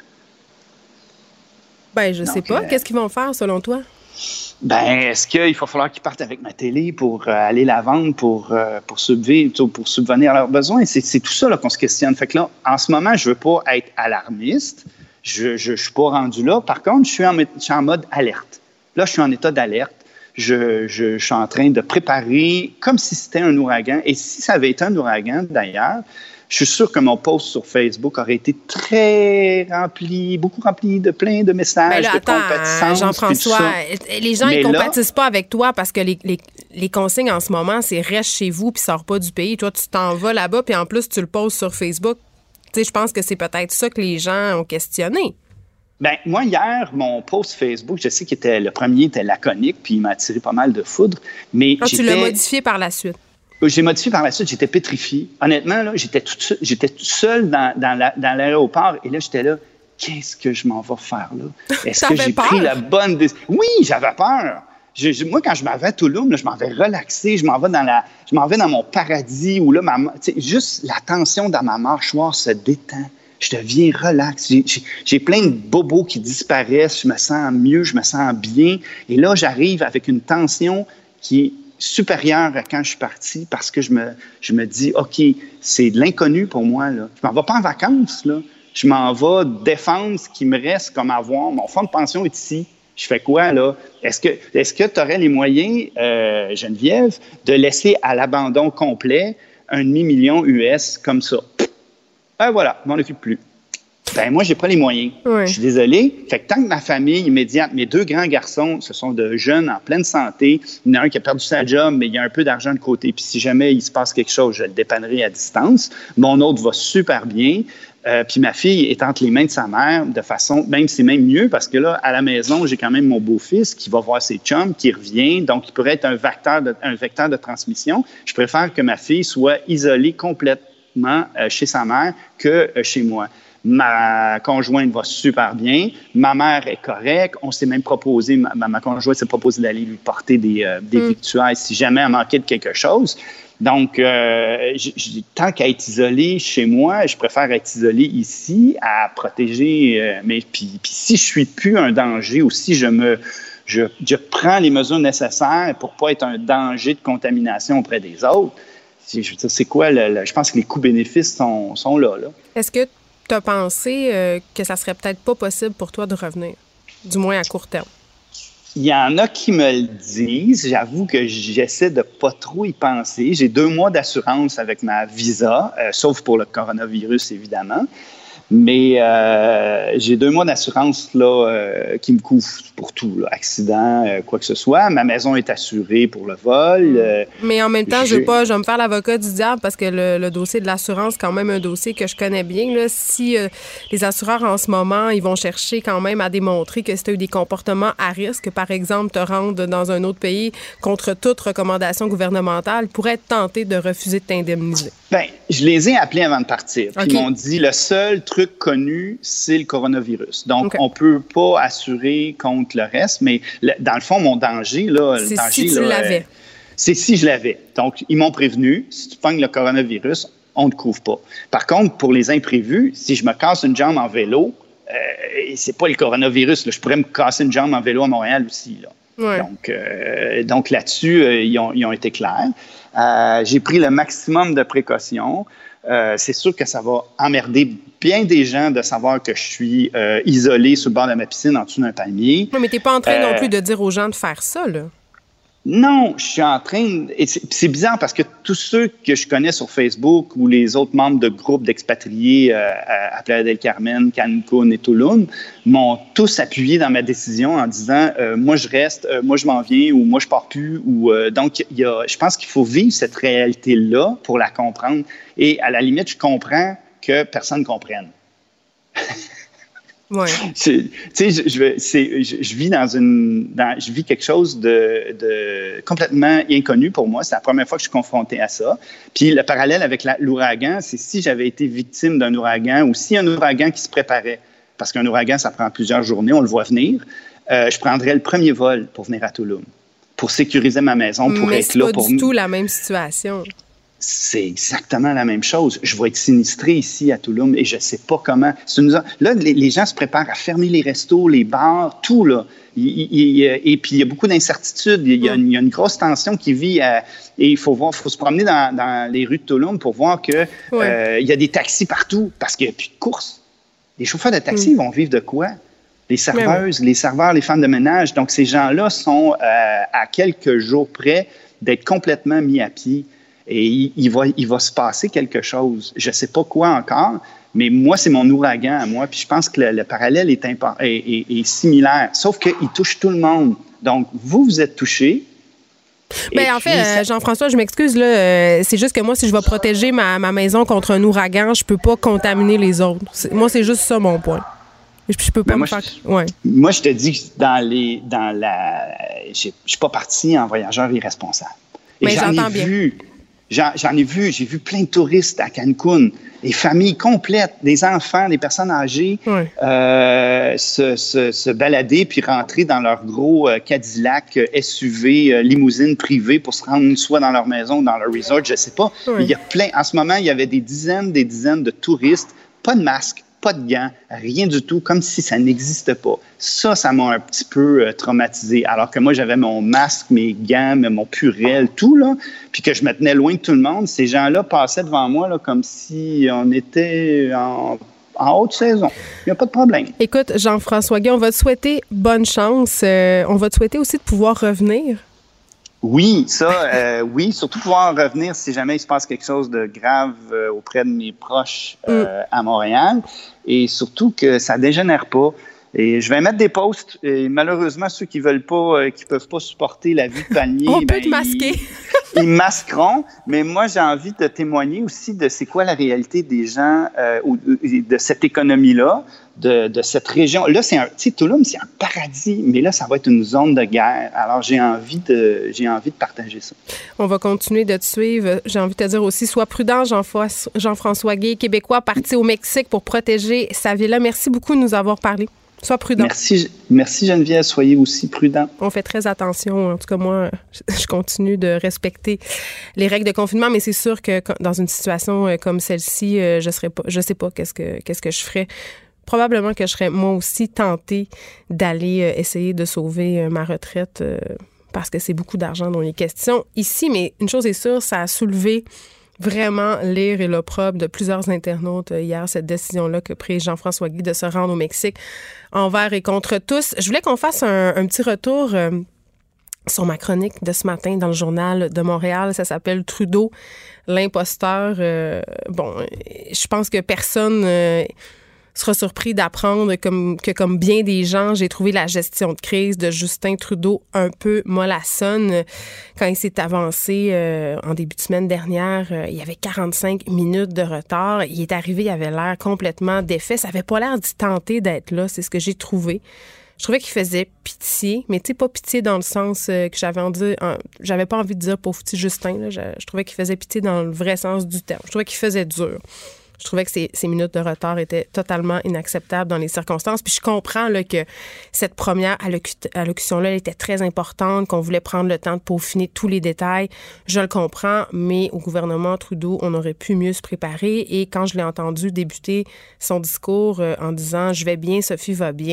Ben, je ne sais pas. Euh, Qu'est-ce qu'ils vont faire, selon toi? Ben, est-ce qu'il va falloir qu'ils partent avec ma télé pour euh, aller la vendre, pour, euh, pour, subvenir, pour subvenir à leurs besoins? C'est, c'est tout ça là, qu'on se questionne. Fait que là, en ce moment, je ne veux pas être alarmiste. Je ne suis pas rendu là. Par contre, je suis, en, je suis en mode alerte. Là, je suis en état d'alerte. Je, je, je suis en train de préparer comme si c'était un ouragan. Et si ça avait été un ouragan, d'ailleurs, je suis sûr que mon post sur Facebook aurait été très rempli, beaucoup rempli de plein de messages, ben là, de attends, compatissance. Jean-François, les gens, Mais ils là, compatissent pas avec toi parce que les, les, les consignes en ce moment, c'est reste chez vous puis sors pas du pays. Toi, tu t'en vas là-bas puis en plus, tu le poses sur Facebook. Tu sais, je pense que c'est peut-être ça que les gens ont questionné. Ben moi, hier, mon post Facebook, je sais qu'il était le premier était laconique puis il m'a attiré pas mal de foudre. Mais ah, tu l'as modifié par la suite. J'ai modifié par la suite, j'étais pétrifié. Honnêtement, là, j'étais tout seul, j'étais tout seul dans, dans, la, dans l'aéroport et là, j'étais là, qu'est-ce que je m'en vais faire là? Est-ce que j'ai peur? pris la bonne décision? Oui, j'avais peur. Je, je, moi, quand je m'en vais à Tulum, là, je m'en vais relaxer, je m'en vais dans la, je m'en vais dans mon paradis où là, ma, juste la tension dans ma mâchoire se détend. Je deviens relax. J'ai, j'ai, j'ai plein de bobos qui disparaissent. Je me sens mieux, je me sens bien. Et là, j'arrive avec une tension qui est supérieure à quand je suis parti parce que je me, je me dis, OK, c'est de l'inconnu pour moi. Là. Je m'en vais pas en vacances. Là. Je m'en vais défendre ce qui me reste comme avoir. Mon fonds de pension est ici. Je fais quoi, là? Est-ce que est-ce que tu aurais les moyens, euh, Geneviève, de laisser à l'abandon complet un demi-million U S comme ça? Ben voilà, je m'en occupe plus. Ben moi, j'ai pas les moyens. Oui. Je suis désolé. Fait que tant que ma famille immédiate, mes deux grands garçons, ce sont de jeunes en pleine santé. Il y en a un qui a perdu sa job, mais il y a un peu d'argent de côté. Puis si jamais il se passe quelque chose, je le dépannerai à distance. Mon autre va super bien. Euh, puis ma fille est entre les mains de sa mère de façon, même c'est même mieux parce que là, à la maison, j'ai quand même mon beau-fils qui va voir ses chums, qui revient, donc il pourrait être un vecteur de, un vecteur de transmission. Je préfère que ma fille soit isolée complètement euh, chez sa mère que euh, chez moi. Ma conjointe va super bien. Ma mère est correcte. On s'est même proposé, ma, ma conjointe s'est proposé d'aller lui porter des, euh, des mm. victuailles si jamais elle manquait de quelque chose. Donc, euh, j, j, tant qu'à être isolé chez moi, je préfère être isolé ici à protéger. Euh, mais puis, puis si je suis plus un danger ou si je me, je, je prends les mesures nécessaires pour pas être un danger de contamination auprès des autres, je veux dire, c'est quoi? Le, le, je pense que les coûts-bénéfices sont, sont là, là. Est-ce que tu as pensé euh, que ça serait peut-être pas possible pour toi de revenir, du moins à court terme? Il y en a qui me le disent. J'avoue que j'essaie de pas trop y penser. J'ai deux mois d'assurance avec ma visa, euh, sauf pour le coronavirus, évidemment. Mais euh, j'ai deux mois d'assurance là euh, qui me couvrent pour tout, là, accident, euh, quoi que ce soit. Ma maison est assurée pour le vol. Euh, Mais en même temps, j'ai... je veux pas, je vais me faire l'avocat du diable parce que le, le dossier de l'assurance, c'est quand même un dossier que je connais bien. Là. Si euh, les assureurs en ce moment, ils vont chercher quand même à démontrer que si tu as eu des comportements à risque, par exemple, te rendre dans un autre pays contre toute recommandation gouvernementale, ils pourraient être tentés de refuser de t'indemniser. Bien, je les ai appelés avant de partir. Puis okay. Ils m'ont dit, le seul truc connu, c'est le coronavirus. Donc, okay. on peut pas assurer contre le reste. Mais le, dans le fond, mon danger, là, c'est le danger, si tu là, l'avais. Euh, c'est si je l'avais. Donc, ils m'ont prévenu, si tu pognes le coronavirus, on ne te couvre pas. Par contre, pour les imprévus, si je me casse une jambe en vélo, euh, c'est pas le coronavirus. Là, je pourrais me casser une jambe en vélo à Montréal aussi, là. Ouais. Donc, euh, donc là-dessus, euh, ils, ont, ils ont été clairs. Euh, j'ai pris le maximum de précautions. Euh, c'est sûr que ça va emmerder bien des gens de savoir que je suis euh, isolé sur le bord de ma piscine en dessous d'un palmier. Oui, mais tu n'es pas en train euh, non plus de dire aux gens de faire ça, là. Non, je suis en train... Et c'est, c'est bizarre parce que tous ceux que je connais sur Facebook ou les autres membres de groupes d'expatriés euh, à Playa del Carmen, Cancun et Tulum m'ont tous appuyé dans ma décision en disant euh, « moi, je reste, euh, moi, je m'en viens » ou « moi, je pars plus ». Ou, euh, donc, il y a, je pense qu'il faut vivre cette réalité-là pour la comprendre. Et à la limite, je comprends que personne ne comprenne. Ouais. Tu sais, je, je, c'est, je, je vis dans une, dans, je vis quelque chose de, de complètement inconnu pour moi. C'est la première fois que je suis confronté à ça. Puis le parallèle avec la, l'ouragan, c'est si j'avais été victime d'un ouragan ou si un ouragan qui se préparait, parce qu'un ouragan, ça prend plusieurs journées, on le voit venir, euh, je prendrais le premier vol pour venir à Tulum, pour sécuriser ma maison, pour Mais être c'est là pas pour... du tout la même situation. C'est exactement la même chose. Je vais être sinistré ici à Tulum et je ne sais pas comment. C'est une... Là, les, les gens se préparent à fermer les restos, les bars, tout, là. Il, il, il, et puis, il y a beaucoup d'incertitudes. Il y a, il y a une grosse tension qui vit à... Et il faut, voir, faut se promener dans, dans les rues de Tulum pour voir qu'il ouais. euh, y a des taxis partout parce qu'il n'y a plus de course. Les chauffeurs de taxi mm. vont vivre de quoi? Les serveuses, ouais. les serveurs, les femmes de ménage. Donc, ces gens-là sont euh, à quelques jours près d'être complètement mis à pied. Et il, il, va, il va se passer quelque chose. Je ne sais pas quoi encore, mais moi, c'est mon ouragan à moi. Puis je pense que le, le parallèle est, impor- est, est, est similaire, sauf qu'il touche tout le monde. Donc, vous, vous êtes touchés. Bien, en fait, euh, Jean-François, je m'excuse, là, euh, c'est juste que moi, si je vais protéger ma, ma maison contre un ouragan, je ne peux pas contaminer les autres. C'est, moi, c'est juste ça mon point. Je, je peux pas ben me moi, faire... Je, ouais. Moi, je te dis que dans, les, dans la... Je ne suis pas parti en voyageur irresponsable. Et Mais j'en j'entends ai bien. vu... J'en, j'en ai vu, j'ai vu plein de touristes à Cancun, des familles complètes, des enfants, des personnes âgées, oui. euh, se, se, se balader puis rentrer dans leur gros euh, Cadillac euh, S U V, euh, limousine privée pour se rendre soit dans leur maison ou dans leur resort, je sais pas. Oui. Il y a plein, en ce moment, il y avait des dizaines, des dizaines de touristes, pas de masque, pas de gants, rien du tout, comme si ça n'existait pas. Ça, ça m'a un petit peu euh, traumatisé. Alors que moi, j'avais mon masque, mes gants, mon purel, tout, là, puis que je me tenais loin de tout le monde. Ces gens-là passaient devant moi là, comme si on était en, en haute saison. Il n'y a pas de problème. Écoute, Jean-François Guay, on va te souhaiter bonne chance. Euh, on va te souhaiter aussi de pouvoir revenir. Oui, ça, euh, oui, surtout pouvoir revenir si jamais il se passe quelque chose de grave euh, auprès de mes proches euh, mm. à Montréal. Et surtout que ça dégénère pas. Et je vais mettre des posts. Et malheureusement, ceux qui veulent pas, euh, qui peuvent pas supporter la vue de palmier, on peut ben, te masquer. Ils, ils masqueront. Mais moi, j'ai envie de témoigner aussi de c'est quoi la réalité des gens euh, ou de cette économie-là, de, de cette région. Là, c'est un, tu sais, Tulum, c'est un paradis, mais là, ça va être une zone de guerre. Alors, j'ai envie de, j'ai envie de partager ça. On va continuer de te suivre. J'ai envie de te dire aussi, sois prudent, Jean-François Guay, Québécois, parti au Mexique pour protéger sa villa. Merci beaucoup de nous avoir parlé. Sois prudent. Merci, merci Geneviève. Soyez aussi prudent. On fait très attention. En tout cas, moi, je continue de respecter les règles de confinement, mais c'est sûr que dans une situation comme celle-ci, je serais pas, je sais pas qu'est-ce que, qu'est-ce que je ferais. Probablement que je serais moi aussi tentée d'aller essayer de sauver ma retraite parce que c'est beaucoup d'argent dont il est question ici. Mais une chose est sûre, ça a soulevé vraiment l'ire et l'opprobre de plusieurs internautes hier, cette décision-là que prit Jean-François Guay de se rendre au Mexique envers et contre tous. Je voulais qu'on fasse un, un petit retour euh, sur ma chronique de ce matin dans le Journal de Montréal. Ça s'appelle « Trudeau, l'imposteur euh, ». Bon, je pense que personne... Euh, sera surpris d'apprendre comme, que, comme bien des gens, j'ai trouvé la gestion de crise de Justin Trudeau un peu mollassonne. Quand il s'est avancé euh, en début de semaine dernière, euh, il y avait quarante-cinq minutes de retard. Il est arrivé, il avait l'air complètement défait. Ça avait pas l'air d'y tenter d'être là, c'est ce que j'ai trouvé. Je trouvais qu'il faisait pitié, mais tu sais, pas pitié dans le sens euh, que j'avais envie, euh, j'avais pas envie de dire pauvre petit Justin. Là. Je, je trouvais qu'il faisait pitié dans le vrai sens du terme. Je trouvais qu'il faisait dur. Je trouvais que ces, ces minutes de retard étaient totalement inacceptables dans les circonstances. Puis je comprends là, que cette première allocu- allocution-là elle était très importante, qu'on voulait prendre le temps de peaufiner tous les détails. Je le comprends, mais au gouvernement Trudeau, on aurait pu mieux se préparer. Et quand je l'ai entendu débuter son discours euh, en disant « Je vais bien, Sophie va bien »,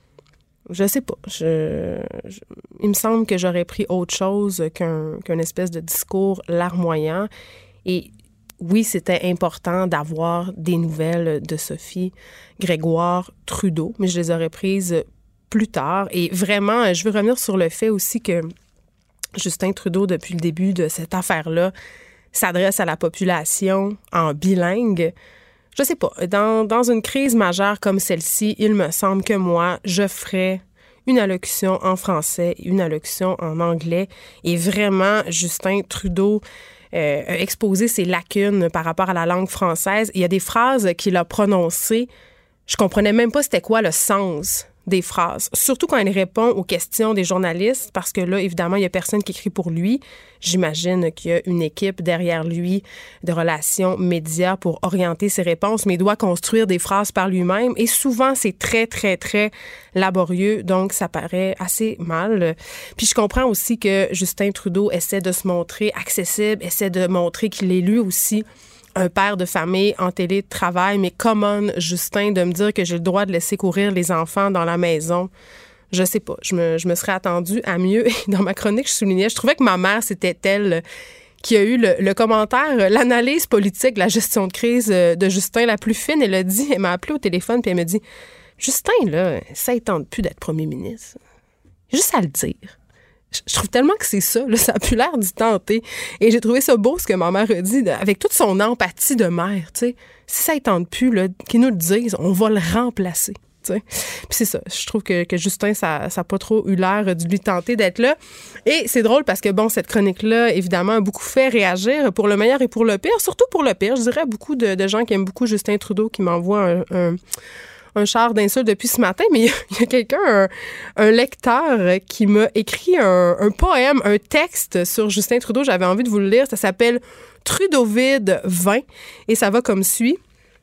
je sais pas. Je, je, il me semble que j'aurais pris autre chose qu'un, qu'un espèce de discours larmoyant. Et oui, c'était important d'avoir des nouvelles de Sophie Grégoire Trudeau, mais je les aurais prises plus tard. Et vraiment, je veux revenir sur le fait aussi que Justin Trudeau, depuis le début de cette affaire-là, s'adresse à la population en bilingue. Je sais pas, dans, dans une crise majeure comme celle-ci, il me semble que moi, je ferais une allocution en français, une allocution en anglais. Et vraiment, Justin Trudeau euh, a exposé ses lacunes par rapport à la langue française. Il y a des phrases qu'il a prononcées, je comprenais même pas c'était quoi le sens des phrases, surtout quand il répond aux questions des journalistes, parce que là, évidemment, il n'y a personne qui écrit pour lui. J'imagine qu'il y a une équipe derrière lui de relations médias pour orienter ses réponses, mais il doit construire des phrases par lui-même. Et souvent, c'est très, très, très laborieux, donc ça paraît assez mal. Puis je comprends aussi que Justin Trudeau essaie de se montrer accessible, essaie de montrer qu'il est lui aussi un père de famille en télétravail, mais comment, Justin, de me dire que j'ai le droit de laisser courir les enfants dans la maison? Je sais pas. Je me, je me serais attendue à mieux. Et dans ma chronique, je soulignais, je trouvais que ma mère, c'était elle qui a eu le, le commentaire, l'analyse politique de la gestion de crise de Justin la plus fine. Elle a dit, elle m'a appelé au téléphone puis elle me dit, Justin, là, ça ne tente plus d'être premier ministre. Juste à le dire. Je trouve tellement que c'est ça, là, ça a plus l'air d'y tenter. Et j'ai trouvé ça beau, ce que ma mère a dit, avec toute son empathie de mère, tu sais. Si ça ne tente plus, là, qu'ils nous le disent, on va le remplacer, tu sais. Puis c'est ça, je trouve que, que Justin, ça n'a pas trop eu l'air de lui tenter d'être là. Et c'est drôle parce que, bon, cette chronique-là, évidemment, a beaucoup fait réagir pour le meilleur et pour le pire, surtout pour le pire. Je dirais beaucoup de, de gens qui aiment beaucoup Justin Trudeau qui m'envoient un... un un char d'insultes depuis ce matin, mais il y, y a quelqu'un, un, un lecteur qui m'a écrit un, un poème, un texte sur Justin Trudeau. J'avais envie de vous le lire. Ça s'appelle Trudovide vingt et ça va comme suit.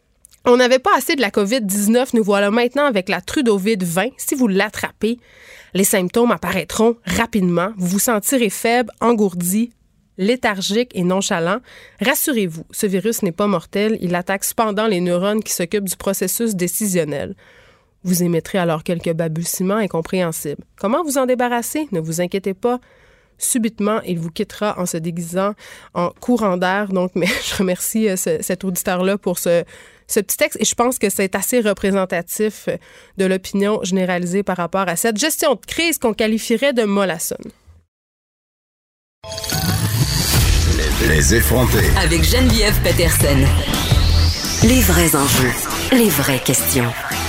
On n'avait pas assez de la covid dix-neuf. Nous voilà maintenant avec la Trudovide vingt. Si vous l'attrapez, les symptômes apparaîtront rapidement. Vous vous sentirez faible, engourdi, léthargique et nonchalant. Rassurez-vous, ce virus n'est pas mortel. Il attaque cependant les neurones qui s'occupent du processus décisionnel. Vous émettrez alors quelques balbutiements incompréhensibles. Comment vous en débarrasser? Ne vous inquiétez pas. Subitement, il vous quittera en se déguisant en courant d'air. Donc, mais je remercie ce, cet auditeur-là pour ce, ce petit texte et je pense que c'est assez représentatif de l'opinion généralisée par rapport à cette gestion de crise qu'on qualifierait de mollassonne. Les effrontés. Avec Geneviève Peterson. Les vrais enjeux, les vraies questions.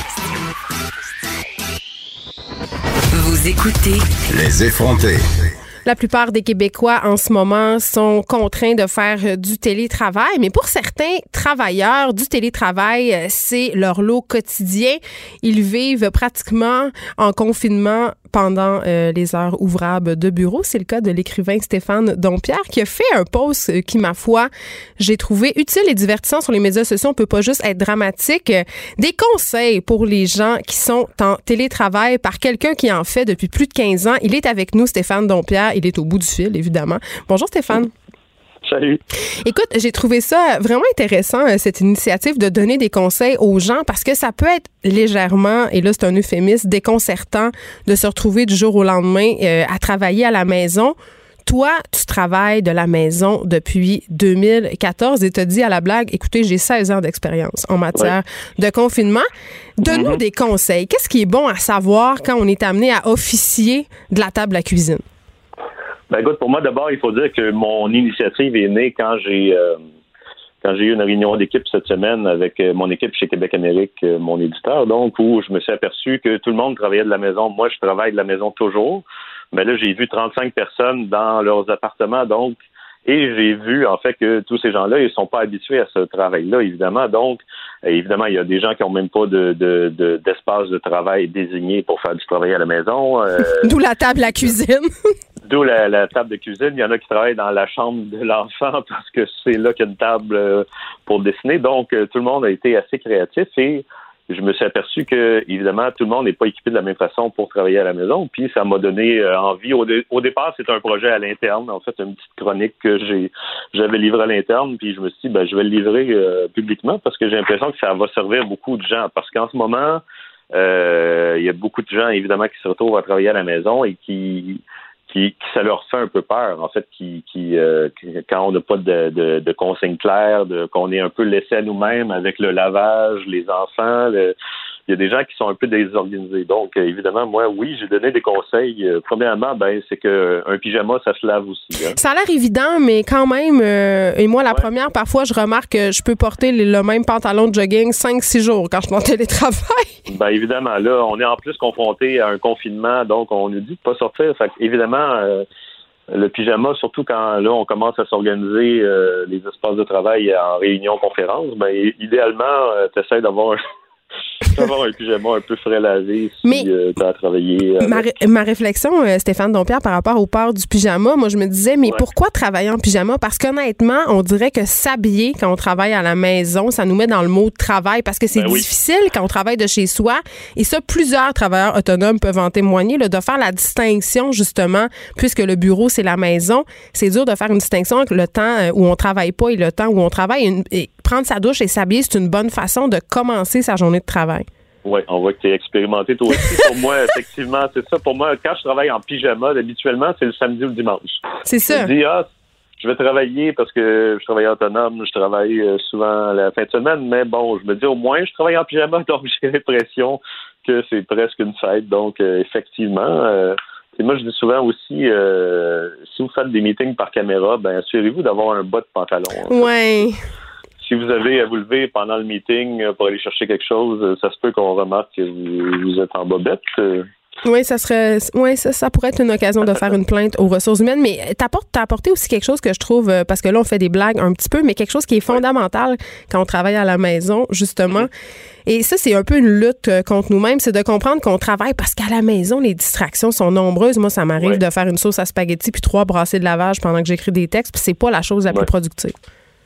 Vous écoutez Les effrontés. La plupart des Québécois en ce moment sont contraints de faire du télétravail, mais pour certains travailleurs, du télétravail, c'est leur lot quotidien. Ils vivent pratiquement en confinement pendant euh, les heures ouvrables de bureau. C'est le cas de l'écrivain Stéphane Dompierre qui a fait un post qui, ma foi, j'ai trouvé utile et divertissant sur les médias sociaux. On peut pas juste être dramatique. Des conseils pour les gens qui sont en télétravail par quelqu'un qui en fait depuis plus de quinze ans. Il est avec nous, Stéphane Dompierre. Il est au bout du fil, évidemment. Bonjour, Stéphane. Salut. Écoute, j'ai trouvé ça vraiment intéressant, cette initiative de donner des conseils aux gens parce que ça peut être légèrement, et là c'est un euphémisme, déconcertant de se retrouver du jour au lendemain euh, à travailler à la maison. Toi, tu travailles de la maison depuis deux mille quatorze et t'as dit à la blague, écoutez, j'ai seize ans d'expérience en matière ouais. de confinement. Donne-nous mm-hmm. des conseils. Qu'est-ce qui est bon à savoir quand on est amené à officier de la table à la cuisine? Ben écoute, pour moi, d'abord, il faut dire que mon initiative est née quand j'ai euh, quand j'ai eu une réunion d'équipe cette semaine avec mon équipe chez Québec Amérique, mon éditeur, donc, où je me suis aperçu que tout le monde travaillait de la maison. Moi, je travaille de la maison toujours, mais là, j'ai vu trente-cinq personnes dans leurs appartements, donc, et j'ai vu, en fait, que tous ces gens-là, ils sont pas habitués à ce travail-là, évidemment. Donc, évidemment, il y a des gens qui ont même pas de, de, de d'espace de travail désigné pour faire du travail à la maison. Euh, D'où la table à cuisine. D'où la, la table de cuisine. Il y en a qui travaillent dans la chambre de l'enfant parce que c'est là qu'il y a une table pour dessiner. Donc, tout le monde a été assez créatif et je me suis aperçu que, évidemment, tout le monde n'est pas équipé de la même façon pour travailler à la maison. Puis, ça m'a donné euh, envie. Au, dé- au départ, c'était un projet à l'interne. En fait, une petite chronique que j'ai, j'avais livrée à l'interne. Puis, je me suis dit, ben, je vais le livrer euh, publiquement parce que j'ai l'impression que ça va servir beaucoup de gens. Parce qu'en ce moment, euh, il y a beaucoup de gens, évidemment, qui se retrouvent à travailler à la maison et qui... Qui, qui ça leur fait un peu peur, en fait, qui, qui, euh, qui quand on n'a pas de, de, de consignes claires, de, qu'on est un peu laissé à nous-mêmes avec le lavage, les enfants, le, il y a des gens qui sont un peu désorganisés. Donc, euh, évidemment, moi, oui, j'ai donné des conseils. Euh, premièrement, ben, c'est que un pyjama, ça se lave aussi. Hein. Ça a l'air évident, mais quand même, euh, et moi, la ouais. première, parfois, je remarque que je peux porter le, le même pantalon de jogging cinq six jours quand je suis en télétravail. Ben, évidemment, là, on est en plus confronté à un confinement, donc on nous dit de pas sortir. Fait évidemment, euh, le pyjama, surtout quand là, on commence à s'organiser euh, les espaces de travail en réunion-conférence, ben, idéalement, euh, tu essaies d'avoir un avoir un pyjama un peu frais lavé si mais euh, tu as travaillé. Ma, ré- ma réflexion, euh, Stéphane Dompierre, par rapport au port du pyjama, moi, je me disais, mais ouais. pourquoi travailler en pyjama? Parce qu'honnêtement, on dirait que s'habiller quand on travaille à la maison, ça nous met dans le mode travail parce que c'est ben difficile oui. quand on travaille de chez soi. Et ça, plusieurs travailleurs autonomes peuvent en témoigner, là, de faire la distinction, justement, puisque le bureau, c'est la maison. C'est dur de faire une distinction entre le temps où on travaille pas et le temps où on travaille. Une, et prendre sa douche et s'habiller, c'est une bonne façon de commencer sa journée de travail. Oui, on voit que tu es expérimenté toi aussi. Pour moi, effectivement, c'est ça. Pour moi, quand je travaille en pyjama, habituellement, c'est le samedi ou le dimanche. C'est ça. Je me dis, ah, je vais travailler parce que je travaille autonome, je travaille souvent la fin de semaine, mais bon, je me dis au moins, je travaille en pyjama, donc j'ai l'impression que c'est presque une fête. Donc, euh, effectivement, euh, et moi, je dis souvent aussi, euh, si vous faites des meetings par caméra, ben assurez-vous d'avoir un bas de pantalon. Oui. Si vous avez à vous lever pendant le meeting pour aller chercher quelque chose, ça se peut qu'on remarque que vous, vous êtes en bobette. Oui, ça serait, oui, ça, ça pourrait être une occasion de faire une plainte aux ressources humaines. Mais t'apportes, t'as apporté aussi quelque chose que je trouve, parce que là, on fait des blagues un petit peu, mais quelque chose qui est fondamental quand on travaille à la maison, justement. Et ça, c'est un peu une lutte contre nous-mêmes, c'est de comprendre qu'on travaille parce qu'à la maison, les distractions sont nombreuses. Moi, ça m'arrive ouais. de faire une sauce à spaghetti puis trois brassées de lavage pendant que j'écris des textes, puis c'est pas la chose la ouais. plus productive.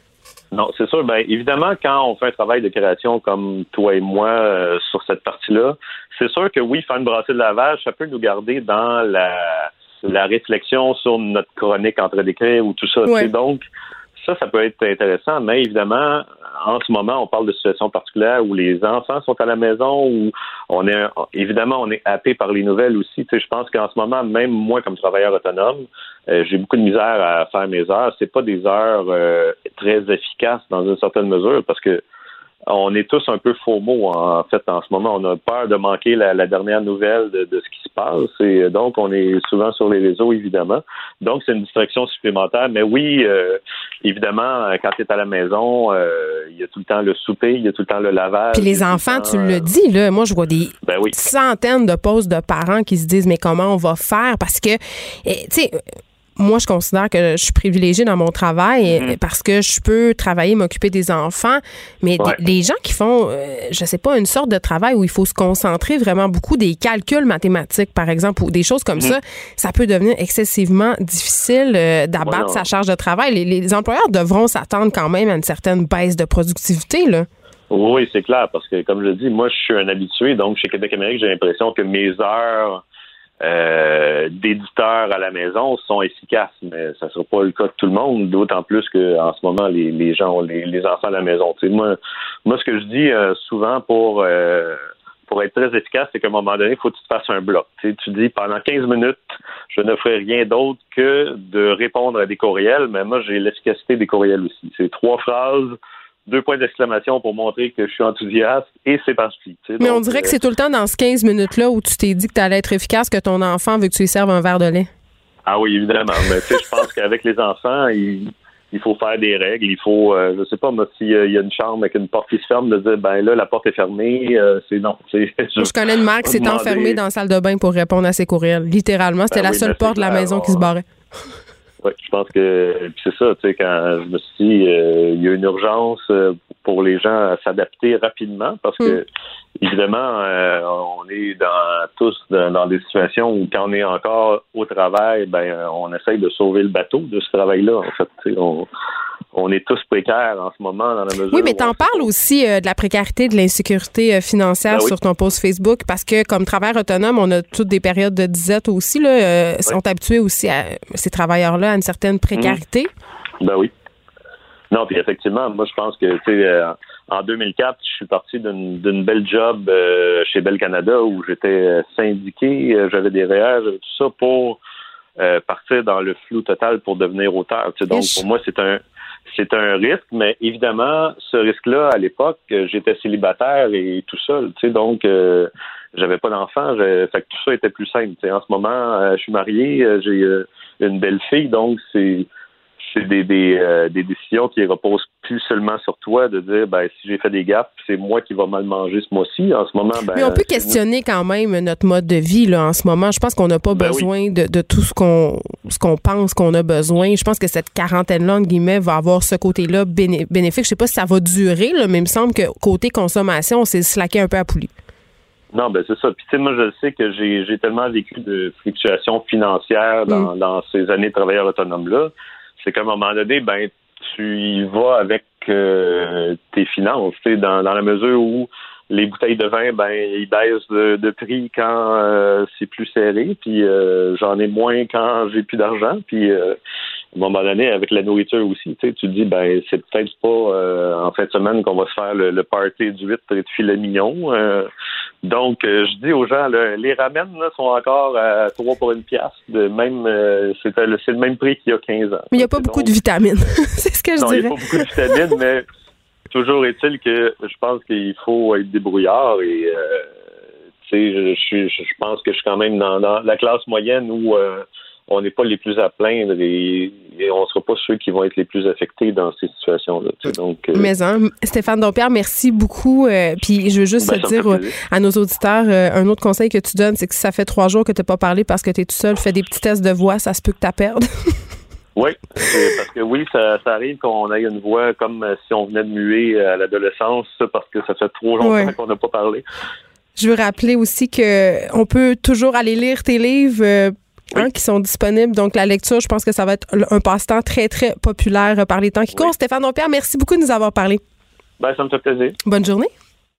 Non, c'est sûr. Ben évidemment, quand on fait un travail de création comme toi et moi euh, sur cette partie-là, c'est sûr que oui, faire une brassée de lavage, ça peut nous garder dans la, la réflexion sur notre chronique en train d'écrire ou tout ça. Ouais. Donc, ça, ça peut être intéressant, mais évidemment, en ce moment, on parle de situations particulières où les enfants sont à la maison, où on est, évidemment, on est happé par les nouvelles aussi. Tu sais, je pense qu'en ce moment, même moi, comme travailleur autonome, euh, j'ai beaucoup de misère à faire mes heures. C'est pas des heures euh, très efficaces dans une certaine mesure parce que on est tous un peu FOMO, en fait, en ce moment. On a peur de manquer la, la dernière nouvelle de, de ce qui se passe. Et donc, on est souvent sur les réseaux, évidemment. Donc, c'est une distraction supplémentaire. Mais oui, euh, évidemment, quand tu es à la maison, il euh, y a tout le temps le souper, il y a tout le temps le lavage. Puis les enfants, temps, tu le dis, là. Moi, je vois des ben oui. centaines de posts de parents qui se disent, mais comment on va faire? Parce que, tu sais... Moi, je considère que je suis privilégiée dans mon travail mm-hmm. parce que je peux travailler, m'occuper des enfants. Mais ouais. des, les gens qui font, euh, je sais pas, une sorte de travail où il faut se concentrer vraiment beaucoup, des calculs mathématiques, par exemple, ou des choses comme mm-hmm. ça, ça peut devenir excessivement difficile euh, d'abattre ouais, sa charge de travail. Les, les employeurs devront s'attendre quand même à une certaine baisse de productivité, là. Oui, c'est clair, parce que, comme je le dis, moi, je suis un habitué. Donc, chez Québec Amérique, j'ai l'impression que mes heures Euh, d'éditeurs à la maison sont efficaces, mais ça sera pas le cas de tout le monde, d'autant plus qu'en ce moment, les, les gens ont les, les enfants à la maison. Tu sais, moi, moi, ce que je dis euh, souvent pour euh, pour être très efficace, c'est qu'à un moment donné, il faut que tu te fasses un bloc. Tu sais, tu dis, pendant quinze minutes, je ne ferai rien d'autre que de répondre à des courriels, mais moi, j'ai l'efficacité des courriels aussi. C'est trois phrases, deux points d'exclamation pour montrer que je suis enthousiaste et c'est parti. Tu sais, mais donc, on dirait euh, que c'est tout le temps dans ces quinze minutes-là où tu t'es dit que tu allais être efficace que ton enfant veut que tu lui serves un verre de lait. Ah oui, évidemment. Mais tu sais, je pense qu'avec les enfants, ils, il faut faire des règles, il faut, euh, je sais pas, moi, s'il y a une chambre avec une porte qui se ferme, de dire, ben là, la porte est fermée, euh, c'est non. C'est, je, je connais une mère qui s'est demander... enfermée dans la salle de bain pour répondre à ses courriels. Littéralement, c'était ben la oui, seule porte de la maison on... qui se barrait. Oui, je pense que c'est ça, tu sais, quand je me suis dit, euh, il y a une urgence euh, pour les gens à s'adapter rapidement, parce que, mm. évidemment, euh, on est dans tous dans, dans des situations où quand on est encore au travail, ben on essaye de sauver le bateau de ce travail-là, en fait, tu sais, on... On est tous précaires en ce moment dans la mesure. Oui, mais t'en parles aussi euh, de la précarité, de l'insécurité euh, financière ben oui. sur ton post Facebook, parce que comme travailleur autonome, on a toutes des périodes de disette aussi. Là, euh, oui. sont habitués aussi à ces travailleurs-là à une certaine précarité. Mmh. Ben oui. Non, puis effectivement, moi je pense que tu sais, euh, en deux mille quatre, je suis parti d'une, d'une belle job euh, chez Bell Canada où j'étais syndiqué, euh, j'avais des R E E R, j'avais tout ça pour euh, partir dans le flou total pour devenir auteur. Tu sais, donc pour moi c'est un C'est un risque, mais évidemment, ce risque-là, à l'époque, j'étais célibataire et tout seul, tu sais, donc euh, j'avais pas d'enfant, fait que tout ça était plus simple. Tu sais, en ce moment, euh, je suis marié, euh, j'ai euh, une belle fille, donc c'est c'est des des, euh, des décisions qui reposent plus seulement sur toi de dire, ben si j'ai fait des gaffes, c'est moi qui va mal manger ce mois-ci. En ce moment, ben mais on peut questionner nous. Quand même notre mode de vie là en ce moment. Je pense qu'on n'a pas ben besoin oui. de, de tout ce qu'on ce qu'on pense qu'on a besoin. Je pense que cette quarantaine-là, entre guillemets, va avoir ce côté-là béné- bénéfique. Je sais pas si ça va durer, là, mais il me semble que côté consommation, on s'est slacké un peu à poulie. Non, ben c'est ça. Puis tu sais, moi je sais que j'ai j'ai tellement vécu de fluctuations financières dans, mm. dans ces années de travailleur autonome là. C'est qu'à un moment donné, ben tu y vas avec euh, tes finances, tu sais, dans, dans la mesure où les bouteilles de vin, ben ils baissent de, de prix quand euh, c'est plus serré, puis euh, j'en ai moins quand j'ai plus d'argent, puis euh, à un moment donné, avec la nourriture aussi, tu sais, tu te dis, ben c'est peut-être pas euh, en fin de semaine qu'on va se faire le, le party du huître et de filet mignon. Euh, donc, euh, je dis aux gens, là, les ramen là, sont encore à trois pour une pièce, de même, euh, c'est, le, c'est le même prix qu'il y a quinze ans. Mais il n'y a pas beaucoup donc, de vitamines, c'est ce que je non, dirais. Non, il n'y a pas beaucoup de vitamines, mais toujours est-il que je pense qu'il faut être débrouillard et, euh, tu sais, je, je, je pense que je suis quand même dans, dans la classe moyenne où euh, on n'est pas les plus à plaindre et, et on ne sera pas ceux qui vont être les plus affectés dans ces situations-là. Tu sais, donc, euh... Mais hein, Stéphane Dompierre, merci beaucoup. Euh, puis je veux juste ben, te dire euh, à nos auditeurs, euh, un autre conseil que tu donnes, c'est que si ça fait trois jours que tu n'as pas parlé parce que tu es tout seul, fais des petits tests de voix, ça se peut que tu la perdes. Oui, parce que oui, ça, ça arrive qu'on ait une voix comme si on venait de muer à l'adolescence, parce que ça fait trop longtemps ouais. qu'on n'a pas parlé. Je veux rappeler aussi qu'on peut toujours aller lire tes livres euh, oui. hein, qui sont disponibles. Donc, la lecture, je pense que ça va être un passe-temps très, très populaire par les temps qui courent. Oui. Stéphane Dompierre, merci beaucoup de nous avoir parlé. Ben, ça me fait plaisir. Bonne journée.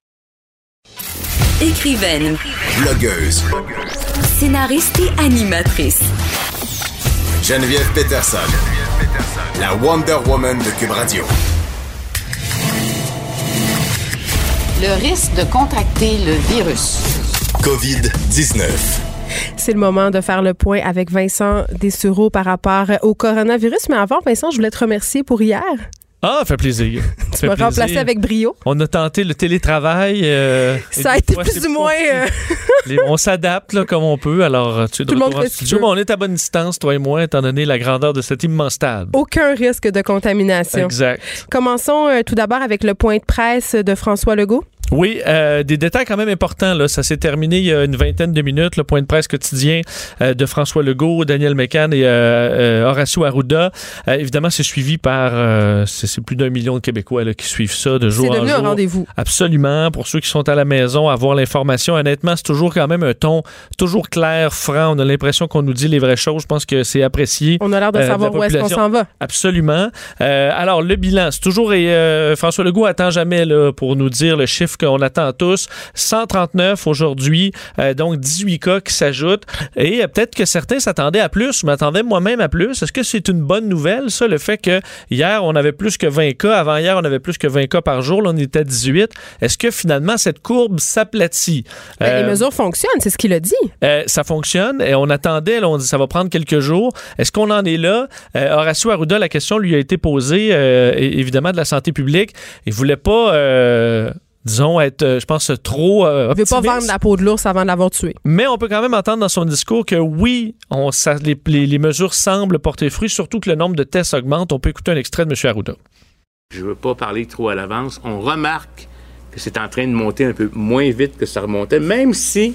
Écrivaine. Blogueuse. Scénariste et animatrice. Geneviève Peterson, la Wonder Woman de Cube Radio. Le risque de contracter le virus. covid dix-neuf. C'est le moment de faire le point avec Vincent Dessureau par rapport au coronavirus. Mais avant, Vincent, je voulais te remercier pour hier. Ah, ça fait plaisir. Tu m'as remplacé avec brio. On a tenté le télétravail. Euh, ça a été fois, plus ou moins... Euh... Les, on s'adapte là, comme on peut. Alors, tu es de Tout retour en studio. On est à bonne distance, toi et moi, étant donné la grandeur de cet immense stade. Aucun risque de contamination. Exact. Commençons euh, tout d'abord avec le point de presse de François Legault. Oui, euh, des détails quand même importants. Là. Ça s'est terminé il y a une vingtaine de minutes, le point de presse quotidien euh, de François Legault, Daniel Mécan et euh, euh, Horacio Arruda. Euh, évidemment, c'est suivi par euh, c'est, c'est plus d'un million de Québécois là, qui suivent ça de jour en jour. C'est devenu un rendez-vous. Absolument. Pour ceux qui sont à la maison, avoir l'information. Honnêtement, c'est toujours quand même un ton toujours clair, franc. On a l'impression qu'on nous dit les vraies choses. Je pense que c'est apprécié. On a l'air de euh, savoir de où est-ce qu'on s'en va. Absolument. Euh, alors, le bilan, c'est toujours... Euh, François Legault attend jamais là, pour nous dire le chiffre qu'on attend tous. cent trente-neuf aujourd'hui, euh, donc dix-huit cas qui s'ajoutent. Et euh, peut-être que certains s'attendaient à plus. Je m'attendais moi-même à plus. Est-ce que c'est une bonne nouvelle, ça, le fait que hier, on avait plus que vingt cas. Avant-hier, on avait plus que vingt cas par jour. Là, on était à dix-huit. Est-ce que finalement, cette courbe s'aplatit? Ben, euh, les mesures fonctionnent, c'est ce qu'il a dit. Euh, ça fonctionne. Et on attendait, là, on dit ça va prendre quelques jours. Est-ce qu'on en est là? Euh, Horacio Arruda, la question lui a été posée, euh, évidemment, de la santé publique. Il voulait pas... Euh, disons, être, euh, je pense, trop euh, optimiste. Il veut pas vendre la peau de l'ours avant de l'avoir tué. Mais on peut quand même entendre dans son discours que oui, on, ça, les, les, les mesures semblent porter fruit, surtout que le nombre de tests augmente. On peut écouter un extrait de M. Arruda. Je veux pas parler trop à l'avance. On remarque que c'est en train de monter un peu moins vite que ça remontait, même si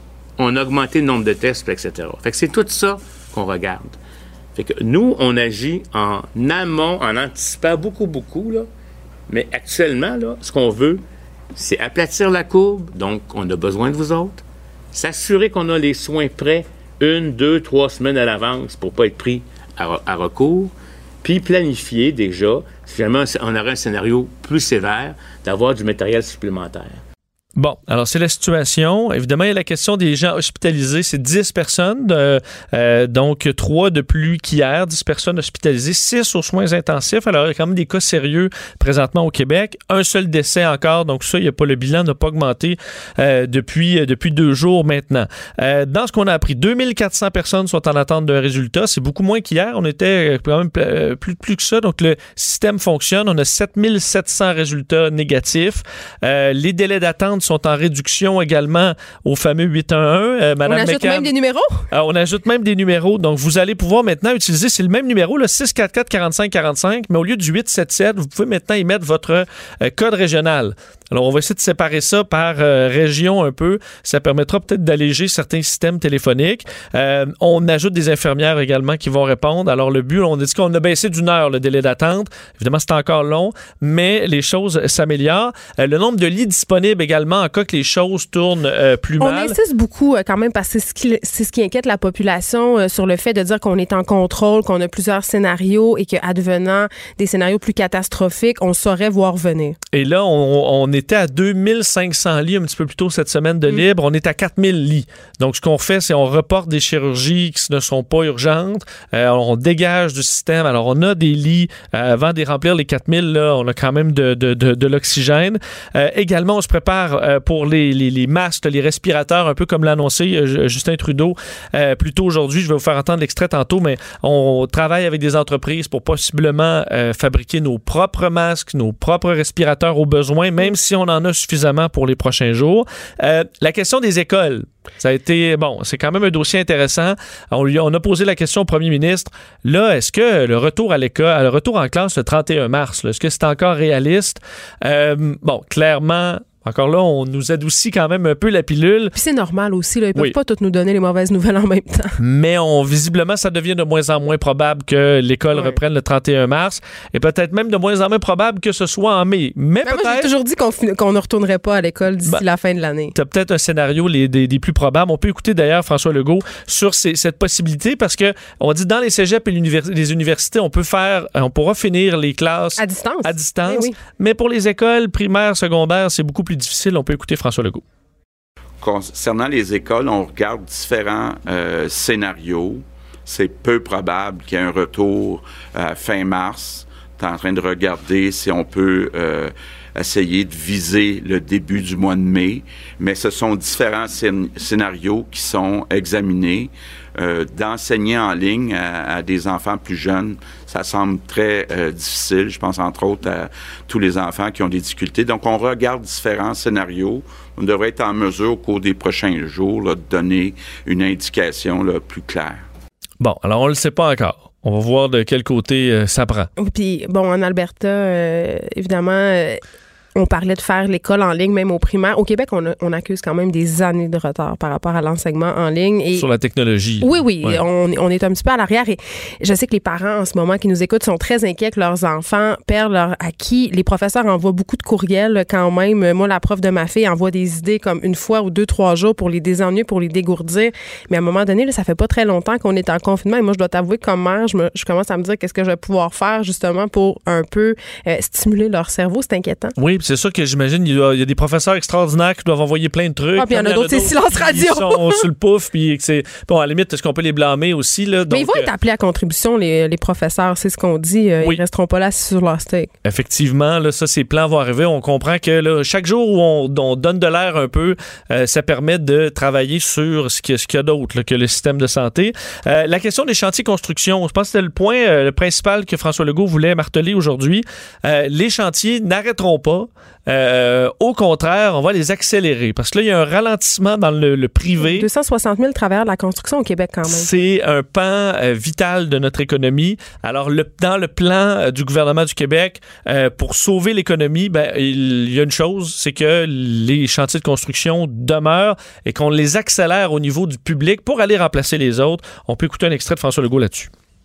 on a augmenté le nombre de tests, et cetera. Fait que c'est tout ça qu'on regarde. Fait que nous, on agit en amont, en anticipant beaucoup, beaucoup, là. Mais actuellement, là, ce qu'on veut, c'est aplatir la courbe, donc on a besoin de vous autres, s'assurer qu'on a les soins prêts une, deux, trois semaines à l'avance pour pas être pris à, à recours, puis planifier déjà, si jamais on aurait un scénario plus sévère, d'avoir du matériel supplémentaire. Bon, alors c'est la situation. Évidemment, il y a la question des gens hospitalisés. C'est dix personnes, euh, euh, donc trois de plus qu'hier, dix personnes hospitalisées, six aux soins intensifs. Alors, il y a quand même des cas sérieux présentement au Québec. Un seul décès encore, donc ça, il y a pas, le bilan n'a pas augmenté euh, depuis, euh, depuis deux jours maintenant. Euh, dans ce qu'on a appris, deux mille quatre cents personnes sont en attente d'un résultat. C'est beaucoup moins qu'hier. On était quand même euh, plus, plus que ça. Donc, le système fonctionne. On a sept mille sept cents résultats négatifs. Euh, les délais d'attente sont en réduction également au fameux huit un un. Euh, Madame on ajoute McCann, même des numéros? Euh, on ajoute même des numéros. Donc, vous allez pouvoir maintenant utiliser, c'est le même numéro, le six cent quarante-quatre quarante-cinq quarante-cinq, mais au lieu du huit sept sept, vous pouvez maintenant y mettre votre euh, code régional. Alors, on va essayer de séparer ça par euh, région un peu. Ça permettra peut-être d'alléger certains systèmes téléphoniques. Euh, on ajoute des infirmières également qui vont répondre. Alors, le but, on a dit qu'on a baissé d'une heure le délai d'attente. Évidemment, c'est encore long, mais les choses s'améliorent. Euh, le nombre de lits disponibles également, en cas que les choses tournent euh, plus on mal. On insiste beaucoup euh, quand même parce que c'est ce, qui, c'est ce qui inquiète la population euh, sur le fait de dire qu'on est en contrôle, qu'on a plusieurs scénarios et qu'advenant des scénarios plus catastrophiques, on saurait voir venir. Et là, on, on était à deux mille cinq cents lits un petit peu plus tôt cette semaine de libre. Mmh. On est à quatre mille lits. Donc, ce qu'on fait, c'est on reporte des chirurgies qui ne sont pas urgentes. Euh, on dégage du système. Alors, on a des lits. Euh, avant de remplir les quatre mille, là, on a quand même de, de, de, de l'oxygène. Euh, également, on se prépare euh, pour les, les, les masques, les respirateurs, un peu comme l'a annoncé euh, Justin Trudeau euh, plus tôt aujourd'hui. Je vais vous faire entendre l'extrait tantôt, mais on travaille avec des entreprises pour possiblement euh, fabriquer nos propres masques, nos propres respirateurs au besoin, même si on en a suffisamment pour les prochains jours. Euh, la question des écoles, ça a été, bon, c'est quand même un dossier intéressant. On, lui, on a posé la question au premier ministre. Là, est-ce que le retour à l'école, le retour en classe le trente et un mars, là, est-ce que c'est encore réaliste? Euh, bon, clairement, encore là, on nous adoucit quand même un peu la pilule. Puis c'est normal aussi, là. Ils peuvent oui. pas toutes nous donner les mauvaises nouvelles en même temps. Mais on, visiblement, ça devient de moins en moins probable que l'école oui. reprenne le trente et un mars. Et peut-être même de moins en moins probable que ce soit en mai. Mais, Mais peut-être... moi, j'ai toujours dit qu'on, qu'on ne retournerait pas à l'école d'ici ben, la fin de l'année. Tu as peut-être un scénario les, des, des plus probables. On peut écouter d'ailleurs François Legault sur ces, cette possibilité parce que on dit dans les cégeps et les universités, on peut faire, on pourra finir les classes à distance. À distance. Eh oui. Mais pour les écoles primaires, secondaires, c'est beaucoup plus difficile. On peut écouter François Legault. Concernant les écoles, on regarde différents euh, scénarios. C'est peu probable qu'il y ait un retour euh, fin mars. Tu es en train de regarder si on peut euh, essayer de viser le début du mois de mai. Mais ce sont différents scén- scénarios qui sont examinés. Euh, d'enseigner en ligne à, à des enfants plus jeunes, ça semble très euh, difficile. Je pense entre autres à tous les enfants qui ont des difficultés. Donc, on regarde différents scénarios. On devrait être en mesure au cours des prochains jours là, de donner une indication là, plus claire. Bon, alors on ne le sait pas encore. On va voir de quel côté euh, ça prend. Puis, bon, en Alberta, euh, évidemment... Euh on parlait de faire l'école en ligne, même au primaire. Au Québec, on, a, on accuse quand même des années de retard par rapport à l'enseignement en ligne. Et sur la technologie. Oui, oui. Ouais. On, on est un petit peu à l'arrière. Et je sais que les parents, en ce moment, qui nous écoutent, sont très inquiets que leurs enfants perdent leur acquis. Les professeurs envoient beaucoup de courriels quand même. Moi, la prof de ma fille envoie des idées comme une fois ou deux, trois jours pour les désennuyer, pour les dégourdir. Mais à un moment donné, là, ça fait pas très longtemps qu'on est en confinement. Et moi, je dois t'avouer que comme mère, je, me, je commence à me dire qu'est-ce que je vais pouvoir faire justement pour un peu euh, stimuler leur cerveau. C'est inquiétant. Oui, c'est sûr que j'imagine il y, a, il y a des professeurs extraordinaires qui doivent envoyer plein de trucs. Ah, puis il y en a d'autres, c'est silence radio. Ils sont sur le pouf, puis c'est... Bon, à la limite, est-ce qu'on peut les blâmer aussi, là? Donc, mais ils vont être appelés à contribution, les, les professeurs, c'est ce qu'on dit. Oui. Ils resteront pas là sur leur steak. Effectivement, là, ça, ces plans vont arriver. On comprend que là, chaque jour où on, on donne de l'air un peu, euh, ça permet de travailler sur ce qu'il y a, ce qu'il y a d'autre là, que le système de santé. Euh, la question des chantiers construction, je pense que c'était le point euh, le principal que François Legault voulait marteler aujourd'hui. Euh, les chantiers n'arrêteront pas Euh, au contraire, on va les accélérer parce que là, il y a un ralentissement dans le, le privé. deux cent soixante mille travailleurs de la construction au Québec quand même. C'est un pan euh, vital de notre économie. Alors, le, dans le plan euh, du gouvernement du Québec, euh, pour sauver l'économie, ben, il y a une chose, c'est que les chantiers de construction demeurent et qu'on les accélère au niveau du public pour aller remplacer les autres. On peut écouter un extrait de François Legault là-dessus.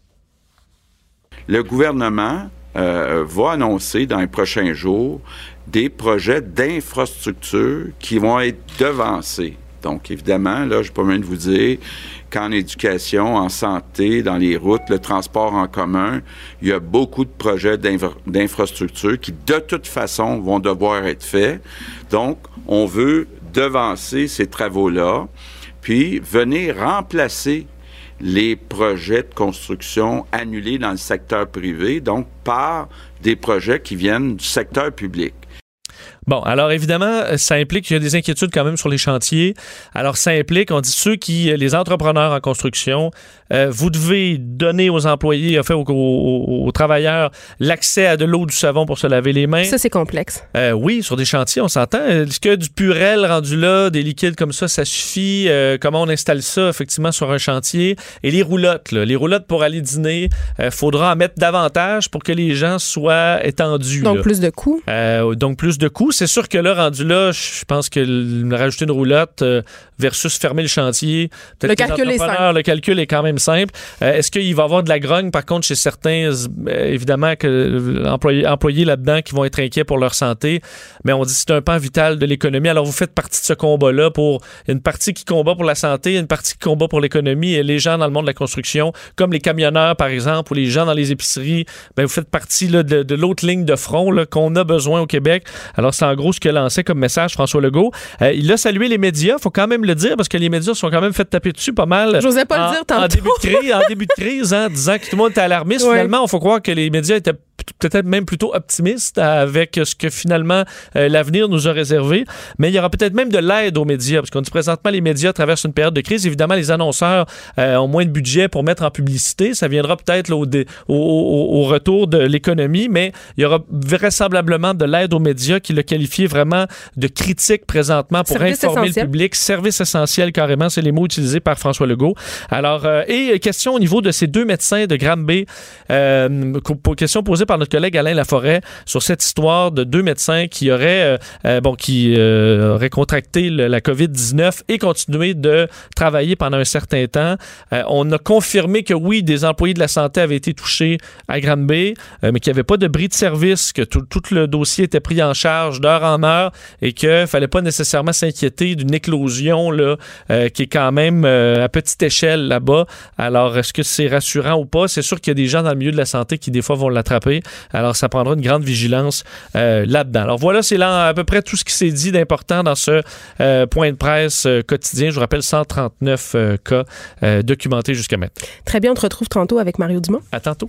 Le gouvernement euh, va annoncer dans les prochains jours des projets d'infrastructure qui vont être devancés. Donc, évidemment, là, je peux même vous dire qu'en éducation, en santé, dans les routes, le transport en commun, il y a beaucoup de projets d'infra- d'infrastructure qui, de toute façon, vont devoir être faits. Donc, on veut devancer ces travaux-là, puis venir remplacer les projets de construction annulés dans le secteur privé, donc par des projets qui viennent du secteur public. Bon, alors évidemment, ça implique qu'il y a des inquiétudes quand même sur les chantiers. Alors, ça implique, on dit ceux qui, les entrepreneurs en construction, euh, vous devez donner aux employés, enfin aux, aux, aux travailleurs, l'accès à de l'eau, du savon pour se laver les mains. Ça, c'est complexe. Euh, oui, sur des chantiers, on s'entend. Est-ce que du Purel rendu là, des liquides comme ça, ça suffit? Euh, comment on installe ça, effectivement, sur un chantier? Et les roulottes, là, les roulottes pour aller dîner, il euh, faudra en mettre davantage pour que les gens soient étendus. Donc, là. plus de coûts. Euh, donc, plus de coûts. C'est sûr que là, rendu là, je pense que rajouter une roulotte euh, versus fermer le chantier, peut-être le que calcul est simple. Le calcul est quand même simple. Euh, est-ce qu'il va y avoir de la grogne, par contre, chez certains, euh, évidemment, que euh, employés, employés là-dedans qui vont être inquiets pour leur santé, mais on dit que c'est un pan vital de l'économie. Alors, vous faites partie de ce combat-là pour une partie qui combat pour la santé, une partie qui combat pour l'économie, et les gens dans le monde de la construction, comme les camionneurs, par exemple, ou les gens dans les épiceries, ben, vous faites partie là, de, de l'autre ligne de front là, qu'on a besoin au Québec. Alors, c'est en gros ce qu'il a lancé comme message François Legault. Euh, il a salué les médias, il faut quand même le dire, parce que les médias sont quand même fait taper dessus pas mal. J'osais pas en, le dire tantôt. En début de crise, en début de crise hein, disant que tout le monde était alarmiste. Ouais. Finalement, il faut croire que les médias étaient peut-être même plutôt optimistes avec ce que finalement euh, l'avenir nous a réservé. Mais il y aura peut-être même de l'aide aux médias, parce qu'on dit présentement les médias traversent une période de crise. Évidemment, les annonceurs euh, ont moins de budget pour mettre en publicité. Ça viendra peut-être là, au, dé, au, au, au retour de l'économie, mais il y aura vraisemblablement de l'aide aux médias qui le qualifie vraiment de critique présentement pour service informer essentiel. Le public. Service essentiel, carrément, c'est les mots utilisés par François Legault. Alors, euh, et question au niveau de ces deux médecins de Granby, euh, question posée par notre collègue Alain Laforêt sur cette histoire de deux médecins qui auraient, euh, bon, qui euh, auraient contracté le, la covid dix-neuf et continué de travailler pendant un certain temps. Euh, on a confirmé que oui, des employés de la santé avaient été touchés à Granby, euh, mais qu'il n'y avait pas de bris de service, que tout, tout le dossier était pris en charge d'heure en heure et qu'il ne fallait pas nécessairement s'inquiéter d'une éclosion là, euh, qui est quand même euh, à petite échelle là-bas. Alors, est-ce que c'est rassurant ou pas? C'est sûr qu'il y a des gens dans le milieu de la santé qui, des fois, vont l'attraper. Alors, ça prendra une grande vigilance euh, là-dedans. Alors, voilà, c'est là à peu près tout ce qui s'est dit d'important dans ce euh, point de presse euh, quotidien. Je vous rappelle, cent trente-neuf euh, cas euh, documentés jusqu'à maintenant. Très bien, on te retrouve tantôt avec Mario Dumont. À tantôt.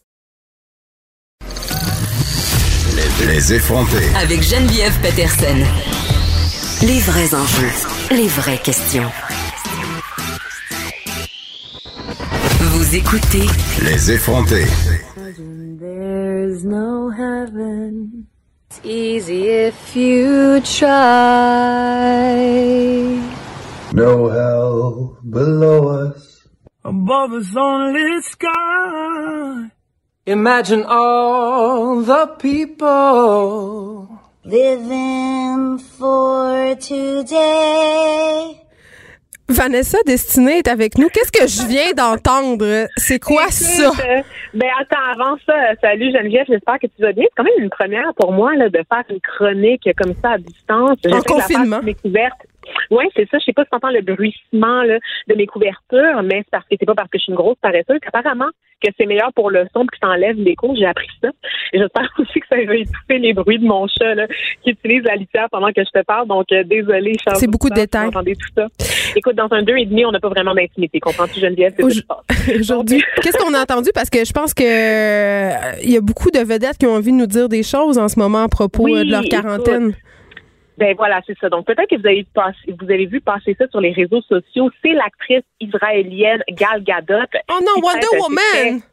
Les, les effrontés. Avec Geneviève Peterson. Les vrais enjeux, les vraies questions. Vous écoutez Les effrontés. There's no heaven. It's easy if you try. No hell below us. Above us only sky. Imagine all the people living for today. Vanessa Destinée est avec nous. Qu'est-ce que je viens d'entendre? C'est quoi Écoute, ça? Euh, ben attends, avant ça, euh, salut Geneviève, j'espère que tu vas bien. C'est quand même une première pour moi là, de faire une chronique comme ça à distance. En confinement. Découverte. Oui, c'est ça. Je sais pas si tu entends le bruissement là, de mes couvertures, mais c'est parce que c'est pas parce que je suis une grosse paresseuse qu'apparemment que c'est meilleur pour le son puis que ça enlève l'écho. J'ai appris ça. Et j'espère aussi que ça va étouffer les bruits de mon chat là, qui utilise la litière pendant que je te parle. Donc, euh, désolée, Charles. C'est beaucoup de détails. Vous entendez tout ça. Écoute, dans un deux et demi, on n'a pas vraiment d'intimité. Comprends-tu, Geneviève? C'est Auj- Aujourd'hui, qu'est-ce qu'on a entendu? Parce que je pense que euh, il y a beaucoup de vedettes qui ont envie de nous dire des choses en ce moment à propos oui, euh, de leur quarantaine. Écoute, ben voilà, c'est ça. Donc peut-être que vous avez passé, vous avez vu passer ça sur les réseaux sociaux. C'est l'actrice israélienne Gal Gadot. Oh non, Wonder Woman!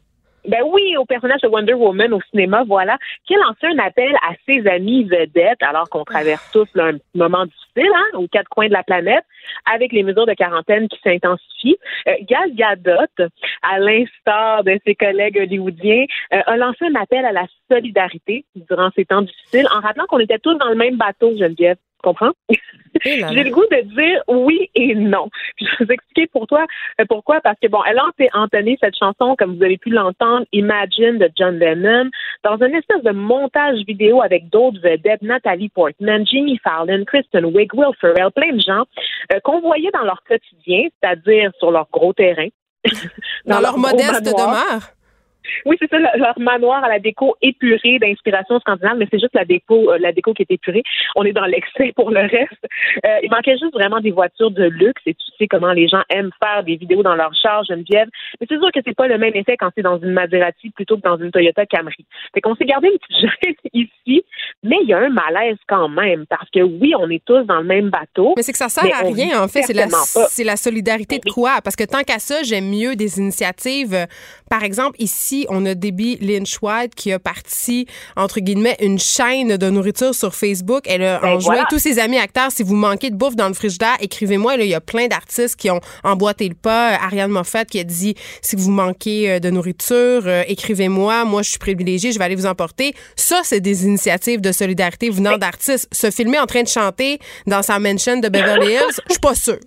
Ben oui, au personnage de Wonder Woman au cinéma, voilà, qui a lancé un appel à ses amis vedettes, alors qu'on traverse tous là, un petit moment difficile, hein, aux quatre coins de la planète, avec les mesures de quarantaine qui s'intensifient. Euh, Gal Gadot, à l'instar de ses collègues hollywoodiens, euh, a lancé un appel à la solidarité durant ces temps difficiles, en rappelant qu'on était tous dans le même bateau, Geneviève. Tu comprends? J'ai le goût de dire oui et non. Je vais vous expliquer pour toi euh, pourquoi. Parce que, bon, elle a entonné cette chanson, comme vous avez pu l'entendre, Imagine de John Lennon, dans une espèce de montage vidéo avec d'autres vedettes, Natalie Portman, Jimmy Fallon, Kristen Wiig, Will Ferrell, plein de gens euh, qu'on voyait dans leur quotidien, c'est-à-dire sur leur gros terrain. dans, dans leur, leur modeste demeure. Oui, c'est ça, leur manoir à la déco épurée d'inspiration scandinave, mais c'est juste la déco, euh, la déco qui est épurée. On est dans l'excès pour le reste. Euh, il manquait juste vraiment des voitures de luxe, et tu sais comment les gens aiment faire des vidéos dans leur char, Geneviève. Mais c'est sûr que c'est pas le même effet quand c'est dans une Maserati plutôt que dans une Toyota Camry. Fait qu'on s'est gardé une petite gêne ici, mais il y a un malaise quand même, parce que oui, on est tous dans le même bateau. Mais c'est que ça sert à rien, en fait. C'est la, c'est la solidarité de quoi? Parce que tant qu'à ça, j'aime mieux des initiatives. Euh, par exemple, ici, on a Debbie Lynch White qui a parti, entre guillemets, une chaîne de nourriture sur Facebook. Elle a ben enjoint voilà. tous ses amis acteurs, si vous manquez de bouffe dans le frigidaire, écrivez-moi. Là, il y a plein d'artistes qui ont emboîté le pas. Ariane Moffat qui a dit, si vous manquez de nourriture, euh, écrivez-moi. Moi, je suis privilégiée, je vais aller vous emporter. Ça, c'est des initiatives de solidarité venant ben. d'artistes. Se filmer en train de chanter dans sa mansion de Beverly Hills, je suis pas sûre.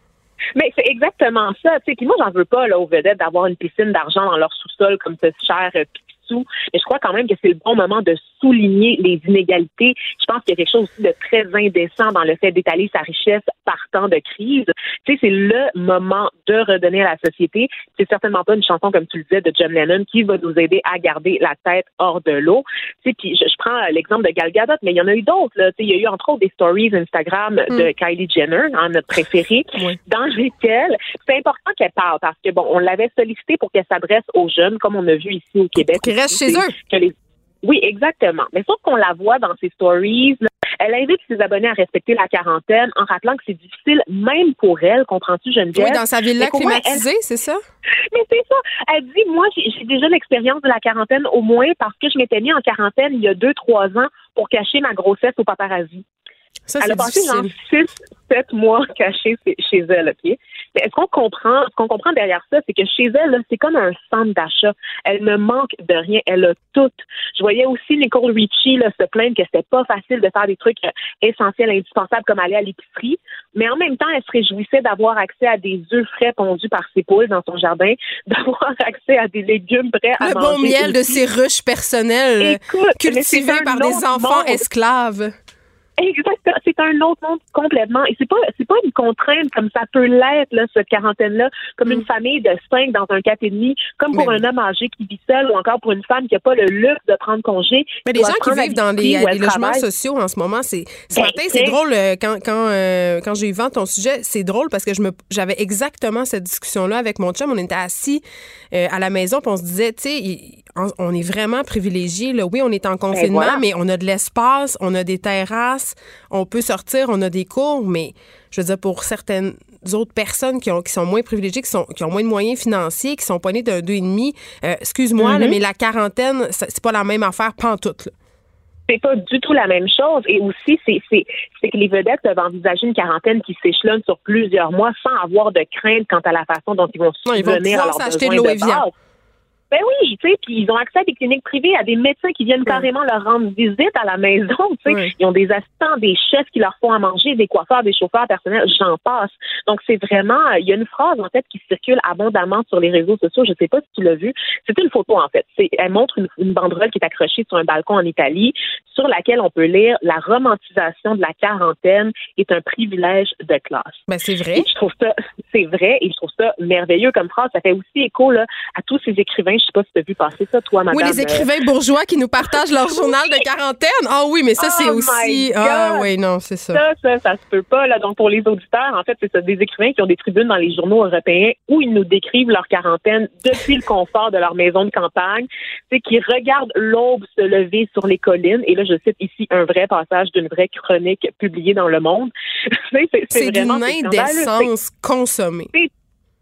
Mais c'est exactement ça. Tu sais, puis moi, j'en veux pas là, aux vedettes d'avoir une piscine d'argent dans leur sous-sol comme ce cher euh, Picsou. Mais je crois quand même que c'est le bon moment de souligner les inégalités. Je pense qu'il y a quelque chose aussi de très indécent dans le fait d'étaler sa richesse par temps de crise. Tu sais, c'est le moment de redonner à la société. C'est certainement pas une chanson, comme tu le disais, de John Lennon qui va nous aider à garder la tête hors de l'eau. Tu sais, puis je, je prends l'exemple de Gal Gadot, mais il y en a eu d'autres. Là. Tu sais, il y a eu entre autres des stories Instagram mm. de Kylie Jenner, hein, notre préférée, oui. dans lesquelles c'est important qu'elle parle parce que bon, on l'avait sollicité pour qu'elle s'adresse aux jeunes, comme on a vu ici au Québec. Qui restent chez eux. Que les... Oui, exactement. Mais sauf qu'on la voit dans ses stories. Là, elle invite ses abonnés à respecter la quarantaine en rappelant que c'est difficile même pour elle, comprends-tu, Geneviève? Oui, dans sa villa climatisée, elle... c'est ça? Mais c'est ça. Elle dit, moi, j'ai, j'ai déjà l'expérience de la quarantaine au moins parce que je m'étais mis en quarantaine il y a deux, trois ans pour cacher ma grossesse au paparazzi. Ça, elle c'est a passé difficile. genre six, sept mois cachée chez elle, OK? Mais est-ce qu'on comprend, ce qu'on comprend derrière ça, c'est que chez elle, là, c'est comme un centre d'achat. Elle ne manque de rien. Elle a tout. Je voyais aussi Nicole Richie là, se plaindre que c'était pas facile de faire des trucs essentiels, indispensables, comme aller à l'épicerie. Mais en même temps, elle se réjouissait d'avoir accès à des œufs frais pondus par ses poules dans son jardin, d'avoir accès à des légumes prêts à Le manger. Le bon miel aussi. De ses ruches personnelles, Écoute, cultivées par des enfants monde. esclaves. Exactement. C'est un autre monde complètement. Et c'est pas, c'est pas une contrainte comme ça peut l'être, là, cette quarantaine-là, comme mm. une famille de cinq dans un quatre et demi, comme pour Mais... un homme âgé qui vit seul ou encore pour une femme qui n'a pas le luxe de prendre congé. Mais les gens qui vivent dans les, les logements sociaux en ce moment, c'est, ce ben, matin, c'est drôle, quand, quand, euh, quand j'ai eu vent ton sujet, c'est drôle parce que je me, j'avais exactement cette discussion-là avec mon chum. On était assis euh, à la maison puis on se disait, tu sais, on est vraiment privilégiés. Là. Oui, on est en confinement, ben voilà. mais on a de l'espace, on a des terrasses, on peut sortir, on a des cours, mais je veux dire, pour certaines autres personnes qui, ont, qui sont moins privilégiées, qui, sont, qui ont moins de moyens financiers, qui sont pas nées d'un deux et demi, euh, excuse-moi, mm-hmm. là, mais la quarantaine, c'est pas la même affaire pantoute. Là. C'est pas du tout la même chose. Et aussi, c'est, c'est, c'est que les vedettes peuvent envisager une quarantaine qui s'échelonne sur plusieurs mois sans avoir de crainte quant à la façon dont ils vont subvenir à leurs besoins de, de base. Ben oui, tu sais, puis ils ont accès à des cliniques privées, à des médecins qui viennent ouais. carrément leur rendre visite à la maison, tu sais. Ouais. Ils ont des assistants, des chefs qui leur font à manger, des coiffeurs, des chauffeurs personnels, j'en passe. Donc, c'est vraiment, il y a une phrase, en fait, qui circule abondamment sur les réseaux sociaux, je sais pas si tu l'as vu. C'est une photo, en fait. C'est, elle montre une, une banderole qui est accrochée sur un balcon en Italie, sur laquelle on peut lire « La romantisation de la quarantaine est un privilège de classe ». Ben, c'est vrai. Et je trouve ça, c'est vrai, et je trouve ça merveilleux comme phrase. Ça fait aussi écho, là, à tous ces écrivains. Je sais pas si tu as vu passer ça, toi, madame. Oui, les écrivains bourgeois qui nous partagent leur journal de quarantaine. Ah oui, mais ça, oh c'est aussi... Ah oui, non, c'est ça. Ça, ça, ça se peut pas. Là. Donc, pour les auditeurs, en fait, c'est ça, des écrivains qui ont des tribunes dans les journaux européens où ils nous décrivent leur quarantaine depuis le confort de leur maison de campagne, c'est qui regardent l'aube se lever sur les collines. Et là, je cite ici un vrai passage d'une vraie chronique publiée dans Le Monde. c'est, c'est, c'est, c'est vraiment, d'une indécence consommée. C'est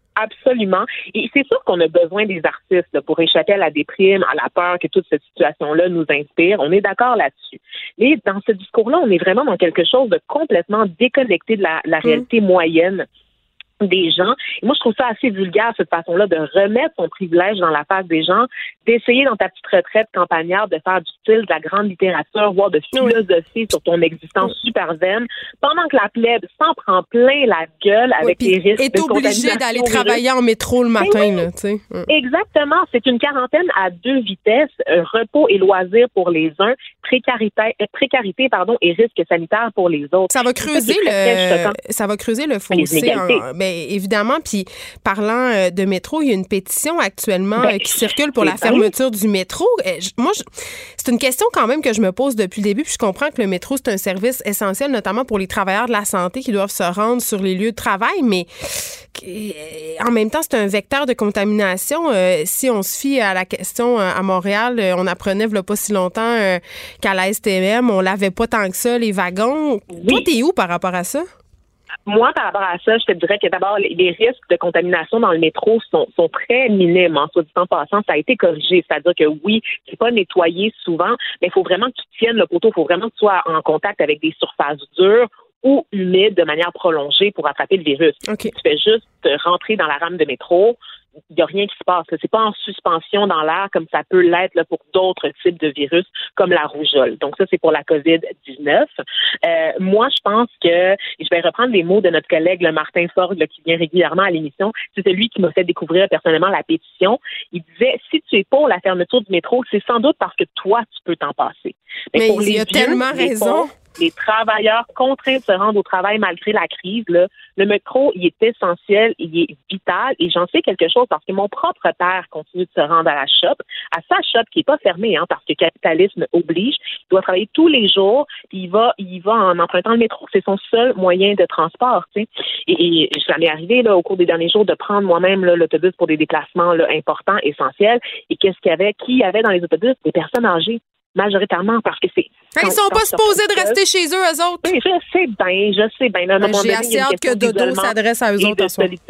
Absolument. Et c'est sûr qu'on a besoin des artistes là, pour échapper à la déprime, à la peur que toute cette situation-là nous inspire. On est d'accord là-dessus. Mais dans ce discours-là, on est vraiment dans quelque chose de complètement déconnecté de la, la réalité mmh. moyenne des gens. Et moi, je trouve ça assez vulgaire, cette façon-là, de remettre son privilège dans la face des gens, d'essayer dans ta petite retraite campagnarde de faire du style, de la grande littérature, voire de philosophie oui. sur ton existence oui. super zen, pendant que la plèbe s'en prend plein la gueule avec oui, les risques est de contamination. Est obligé d'aller travailler en métro le matin, oui. là, tu sais. Exactement. C'est une quarantaine à deux vitesses, euh, repos et loisirs pour les uns, précarité, euh, précarité pardon, et risques sanitaires pour les autres. Ça va creuser ça, le, ça va creuser le fossé. Ben, évidemment, puis parlant euh, de métro, il y a une pétition actuellement ben, euh, qui circule pour la fermeture du métro. Euh, je, moi, je, c'est une question quand même que je me pose depuis le début, puis je comprends que le métro, c'est un service essentiel, notamment pour les travailleurs de la santé qui doivent se rendre sur les lieux de travail, mais euh, en même temps, c'est un vecteur de contamination. Euh, si on se fie à la question euh, à Montréal, euh, on apprenait il n'y a pas si longtemps euh, qu'à la S T M, on lavait pas tant que ça les wagons. Oui. Toi, t'es où par rapport à ça? Moi, par rapport à ça, je te dirais que d'abord, les risques de contamination dans le métro sont, sont très minimes. En soit dit en passant, ça a été corrigé. C'est-à-dire que oui, c'est pas nettoyé souvent, mais il faut vraiment que tu tiennes le poteau. Il faut vraiment que tu sois en contact avec des surfaces dures ou humides de manière prolongée pour attraper le virus. Okay. Tu fais juste rentrer dans la rame de métro. Il n'y a rien qui se passe. C'est pas en suspension dans l'air comme ça peut l'être là, pour d'autres types de virus comme la rougeole. Donc ça, c'est pour la covid dix-neuf. Euh, moi, je pense que, et je vais reprendre les mots de notre collègue le Martin Forgue là, qui vient régulièrement à l'émission, c'est celui qui m'a fait découvrir personnellement la pétition. Il disait, si tu es pour la fermeture du métro, c'est sans doute parce que toi, tu peux t'en passer. Mais, Mais pour il les a vieux, tellement les raison. pauvres, les travailleurs contraints de se rendre au travail malgré la crise, là, le métro, il est essentiel, il est vital, et j'en sais quelque chose parce que mon propre père continue de se rendre à la shop, à sa shop qui est pas fermée, hein, parce que le capitalisme oblige, il doit travailler tous les jours, puis il va, il va en empruntant le métro, c'est son seul moyen de transport, tu sais. Et, et ça m'est arrivé là au cours des derniers jours de prendre moi-même là, l'autobus pour des déplacements là, importants, essentiels, et qu'est-ce qu'il y avait, qui y avait dans les autobus? Des personnes âgées. Majoritairement parce que c'est... Hey, ils sont pas supposés de rester chez eux, eux autres. Oui, je sais bien, je sais bien. Ben, j'ai assez hâte que Dodo s'adresse à eux autres.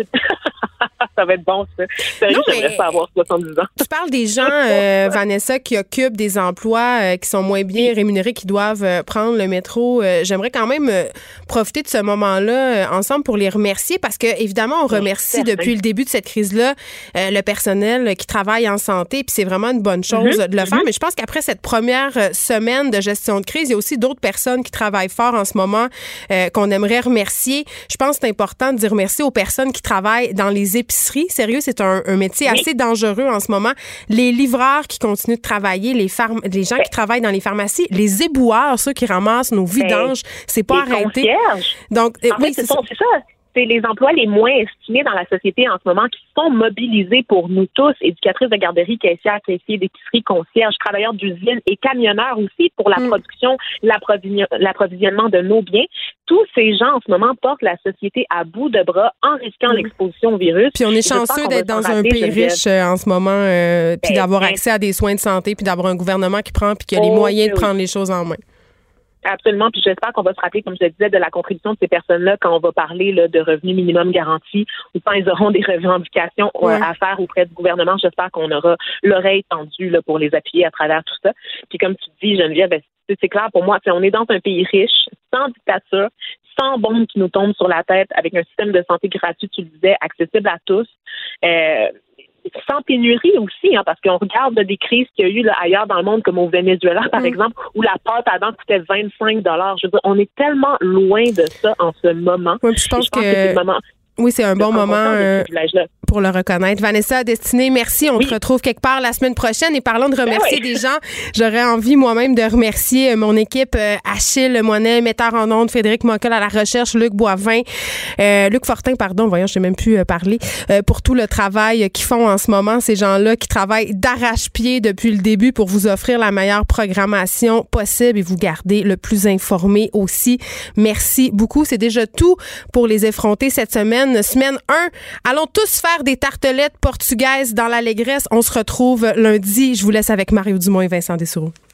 Ça va être bon, ça. Sérieux, non, j'aimerais pas avoir soixante-dix ans. Tu parles des gens, euh, Vanessa, qui occupent des emplois euh, qui sont moins bien rémunérés, qui doivent euh, prendre le métro. Euh, j'aimerais quand même euh, profiter de ce moment-là euh, ensemble pour les remercier parce que, évidemment, on remercie oui, depuis le début de cette crise-là euh, le personnel qui travaille en santé, puis c'est vraiment une bonne chose mm-hmm. de le faire. Mm-hmm. Mais je pense qu'après cette première semaine de gestion de crise, il y a aussi d'autres personnes qui travaillent fort en ce moment euh, qu'on aimerait remercier. Je pense que c'est important de dire merci aux personnes qui travaillent dans les épiceries. Sérieux, c'est un, un métier oui. assez dangereux en ce moment. Les livreurs qui continuent de travailler, les, pharm- les gens qui travaillent dans les pharmacies, les éboueurs, ceux qui ramassent nos vidanges, c'est pas les arrêté. Concierges. Donc, euh, en oui, fait, c'est, c'est, ça. c'est ça. C'est les emplois les moins estimés dans la société en ce moment qui sont mobilisés pour nous tous, éducatrices de garderie, caissières, caissiers d'épicerie, concierges, travailleurs d'usine et camionneurs aussi pour la mm. production, l'approvision- l'approvisionnement de nos biens. Tous ces gens en ce moment portent la société à bout de bras en risquant mm. l'exposition au virus. Puis on est chanceux d'être dans un pays riche euh, en ce moment, euh, puis ben, d'avoir ben, accès à des soins de santé, puis d'avoir un gouvernement qui prend, puis qui a oh, les moyens oui. de prendre les choses en main. Absolument, puis j'espère qu'on va se rappeler, comme je le disais, de la contribution de ces personnes-là quand on va parler là, de revenus minimum garanti ou quand ils auront des revendications ouais. à faire auprès du gouvernement. J'espère qu'on aura l'oreille tendue là, pour les appuyer à travers tout ça. Puis comme tu dis, Geneviève, ben, c'est clair pour moi, on est dans un pays riche, sans dictature, sans bombes qui nous tombent sur la tête, avec un système de santé gratuit, tu le disais, accessible à tous. Euh, sans pénurie aussi, hein, parce qu'on regarde là, des crises qu'il y a eu là, ailleurs dans le monde, comme au Venezuela, par mmh. exemple, où la pâte à dents coûtait vingt-cinq dollars. Je veux dire, on est tellement loin de ça en ce moment. Oui, puis je pense, je pense que, que c'est le moment. Oui, c'est un bon moment euh, pour le reconnaître. Vanessa Destinée, merci. On oui. te retrouve quelque part la semaine prochaine. Et parlant de remercier ben oui. des gens, j'aurais envie moi-même de remercier mon équipe, euh, Achille Moinet, metteur en ondes, Frédéric Mockel à la recherche, Luc Boivin, euh, Luc Fortin, pardon, voyons, je n'ai même plus euh, parlé, euh, pour tout le travail qu'ils font en ce moment. Ces gens-là qui travaillent d'arrache-pied depuis le début pour vous offrir la meilleure programmation possible et vous garder le plus informé aussi. Merci beaucoup. C'est déjà tout pour les effrontés cette semaine. Semaine un. Allons tous faire des tartelettes portugaises dans l'allégresse. On se retrouve lundi. Je vous laisse avec Mario Dumont et Vincent Dessoureau.